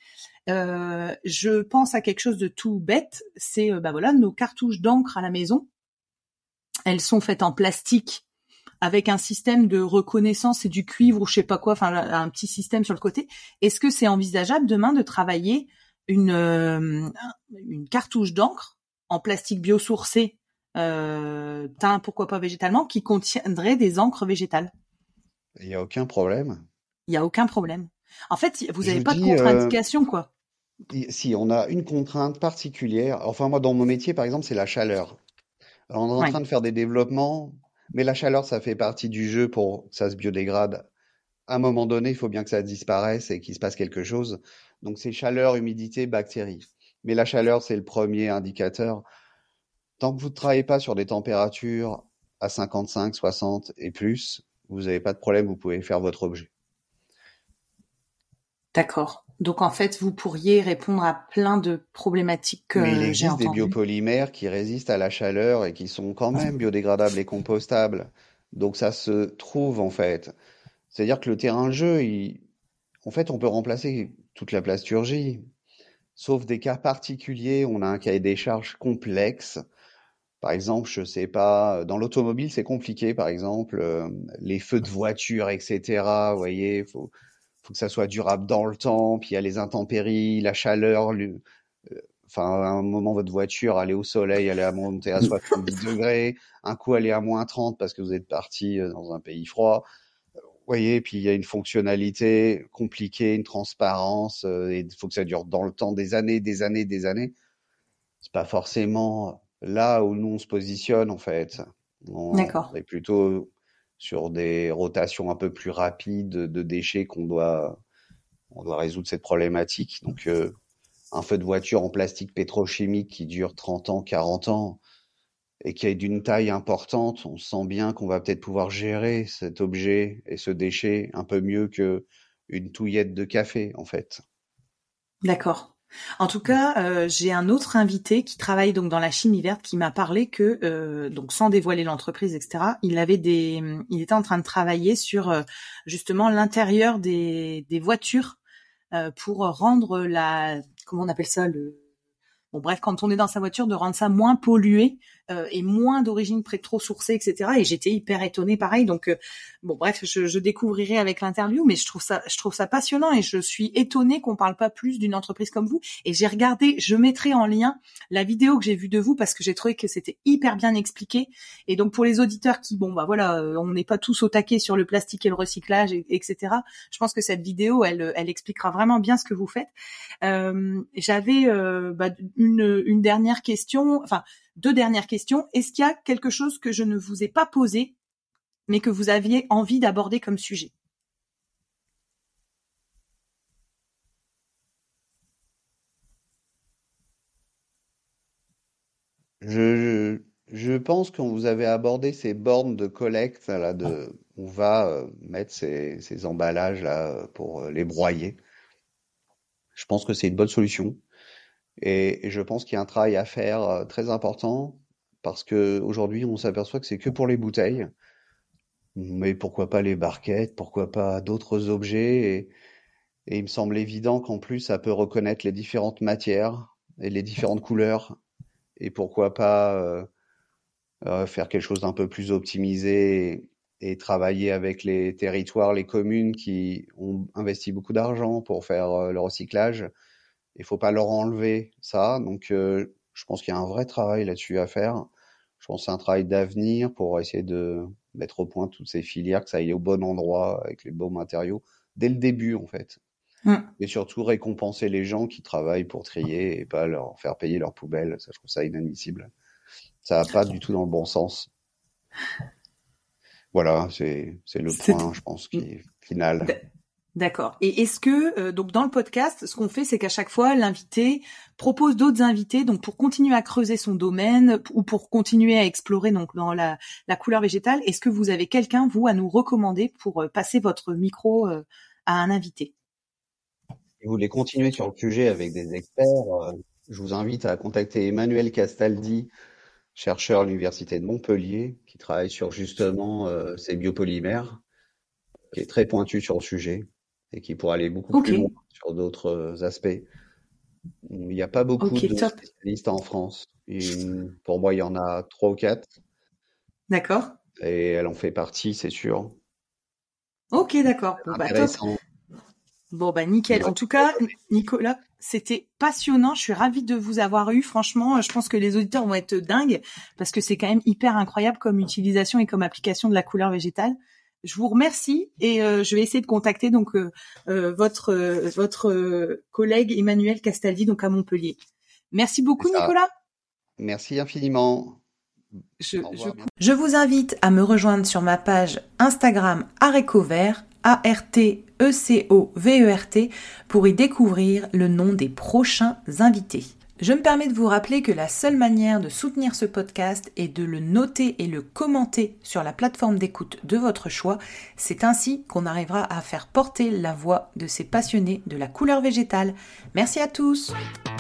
Euh, je pense à quelque chose de tout bête, c'est euh, bah voilà nos cartouches d'encre à la maison. Elles sont faites en plastique avec un système de reconnaissance et du cuivre ou je sais pas quoi, enfin un petit système sur le côté. Est-ce que c'est envisageable demain de travailler une euh, une cartouche d'encre en plastique biosourcé, euh, teint pourquoi pas végétalement, qui contiendrait des encres végétales? Il n'y a aucun problème. Il y a aucun problème. En fait, vous Je n'avez vous pas de dis, euh, contre-indication, quoi. si on a une contrainte particulière, enfin moi dans mon métier par exemple c'est la chaleur. Alors, on est en Ouais, train de faire des développements, mais la chaleur ça fait partie du jeu pour que ça se biodégrade. À un moment donné, il faut bien que ça disparaisse et qu'il se passe quelque chose. Donc c'est chaleur, humidité, bactéries. Mais la chaleur c'est le premier indicateur. Tant que vous ne travaillez pas sur des températures à cinquante-cinq, soixante et plus, vous n'avez pas de problème, vous pouvez faire votre objet. d'accord. Donc en fait, vous pourriez répondre à plein de problématiques Mais il que j'ai existe des entendues. biopolymères qui résistent à la chaleur et qui sont quand même biodégradables et compostables. Donc ça se trouve en fait. C'est-à-dire que le terrain de jeu, il- en fait, on peut remplacer toute la plasturgie, sauf des cas particuliers. On a un cahier des charges complexe. Par exemple, je sais pas, dans l'automobile, c'est compliqué. Par exemple, euh, les feux de voiture, et cetera. Vous voyez, faut, faut que ça soit durable dans le temps. Puis il y a les intempéries, la chaleur. le- euh, Enfin, à un moment, votre voiture, elle est au soleil, elle est à monter à soixante-dix degrés. Un coup, elle est à moins trente parce que vous êtes parti euh, dans un pays froid. Vous voyez, puis il y a une fonctionnalité compliquée, une transparence, euh, et il faut que ça dure dans le temps, des années, des années, des années. C'est pas forcément là où nous on se positionne en fait. On D'accord. est plutôt sur des rotations un peu plus rapides de déchets qu'on doit, on doit résoudre cette problématique. Donc euh, un feu de voiture en plastique pétrochimique qui dure trente ans, quarante ans et qui est d'une taille importante, on sent bien qu'on va peut-être pouvoir gérer cet objet et ce déchet un peu mieux que une touillette de café en fait. D'accord. En tout cas, euh, j'ai un autre invité qui travaille donc dans la chimie verte qui m'a parlé que, euh, donc sans dévoiler l'entreprise, et cetera, il avait des, il était en train de travailler sur euh, justement l'intérieur des, des voitures euh, pour rendre la, comment on appelle ça, le, bon bref, quand on est dans sa voiture, de rendre ça moins pollué euh, et moins d'origine pétro-sourcée, et cetera. Et j'étais hyper étonnée, pareil. Donc euh, bon bref, je, je découvrirai avec l'interview, mais je trouve ça, je trouve ça passionnant et je suis étonnée qu'on parle pas plus d'une entreprise comme vous. Et j'ai regardé, je mettrai en lien la vidéo que j'ai vue de vous parce que j'ai trouvé que c'était hyper bien expliqué. Et donc pour les auditeurs qui, bon bah voilà, euh, on n'est pas tous au taquet sur le plastique et le recyclage, et, etc. Je pense que cette vidéo, elle, elle expliquera vraiment bien ce que vous faites. Euh, j'avais euh, bah, une, une dernière question, enfin deux dernières questions. Est-ce qu'il y a quelque chose que je ne vous ai pas posé, mais que vous aviez envie d'aborder comme sujet? Je, je pense qu'on vous avait abordé ces bornes de collecte là, de, on va euh, mettre ces, ces emballages là pour euh, les broyer. Je pense que c'est une bonne solution et, et je pense qu'il y a un travail à faire euh, très important parce que aujourd'hui on s'aperçoit que c'est que pour les bouteilles. Mais pourquoi pas les barquettes, pourquoi pas d'autres objets et, et il me semble évident qu'en plus ça peut reconnaître les différentes matières et les différentes couleurs et pourquoi pas euh, euh, faire quelque chose d'un peu plus optimisé et, et travailler avec les territoires, les communes qui ont investi beaucoup d'argent pour faire euh, le recyclage. Il faut pas leur enlever ça, donc euh, je pense qu'il y a un vrai travail là-dessus à faire. Je pense que c'est un travail d'avenir pour essayer de mettre au point toutes ces filières, que ça aille au bon endroit avec les bons matériaux dès le début en fait. Hmm. Et surtout récompenser les gens qui travaillent pour trier et pas leur faire payer leurs poubelles. Ça, je trouve ça inadmissible. Ça va pas du tout dans le bon sens. Voilà, c'est c'est le C'est... point, je pense, qui est final. D'accord. Et est-ce que euh, donc dans le podcast, ce qu'on fait, c'est qu'à chaque fois, l'invité propose d'autres invités, donc pour continuer à creuser son domaine ou pour continuer à explorer donc dans la, la couleur végétale. Est-ce que vous avez quelqu'un vous à nous recommander pour euh, passer votre micro euh, à un invité? Si vous voulez continuer sur le sujet avec des experts, euh, je vous invite à contacter Emmanuel Castaldi, chercheur à l'Université de Montpellier, qui travaille sur justement euh, ces biopolymères, qui est très pointu sur le sujet et qui pourra aller beaucoup Ok, plus loin sur d'autres euh, aspects. Il n'y a pas beaucoup ok, de top. spécialistes en France. Et, pour moi, il y en a trois ou quatre. D'accord. et elle en fait partie, c'est sûr. Ok, d'accord. Bon, bah, top. Intéressant. Bon, bah, nickel. Ouais. En tout cas, Nicolas, c'était passionnant. Je suis ravie de vous avoir eu. Franchement, je pense que les auditeurs vont être dingues parce que c'est quand même hyper incroyable comme utilisation et comme application de la couleur végétale. Je vous remercie et euh, je vais essayer de contacter donc euh, euh, votre euh, votre euh, collègue Emmanuel Castaldi donc à Montpellier. Merci beaucoup, C'est ça. Nicolas. Merci infiniment. Je, Au je, revoir. je vous invite à me rejoindre sur ma page Instagram Arécovert, A R T E C O V E R T, pour y découvrir le nom des prochains invités. Je me permets de vous rappeler que la seule manière de soutenir ce podcast est de le noter et le commenter sur la plateforme d'écoute de votre choix. C'est ainsi qu'on arrivera à faire porter la voix de ces passionnés de la couleur végétale. Merci à tous!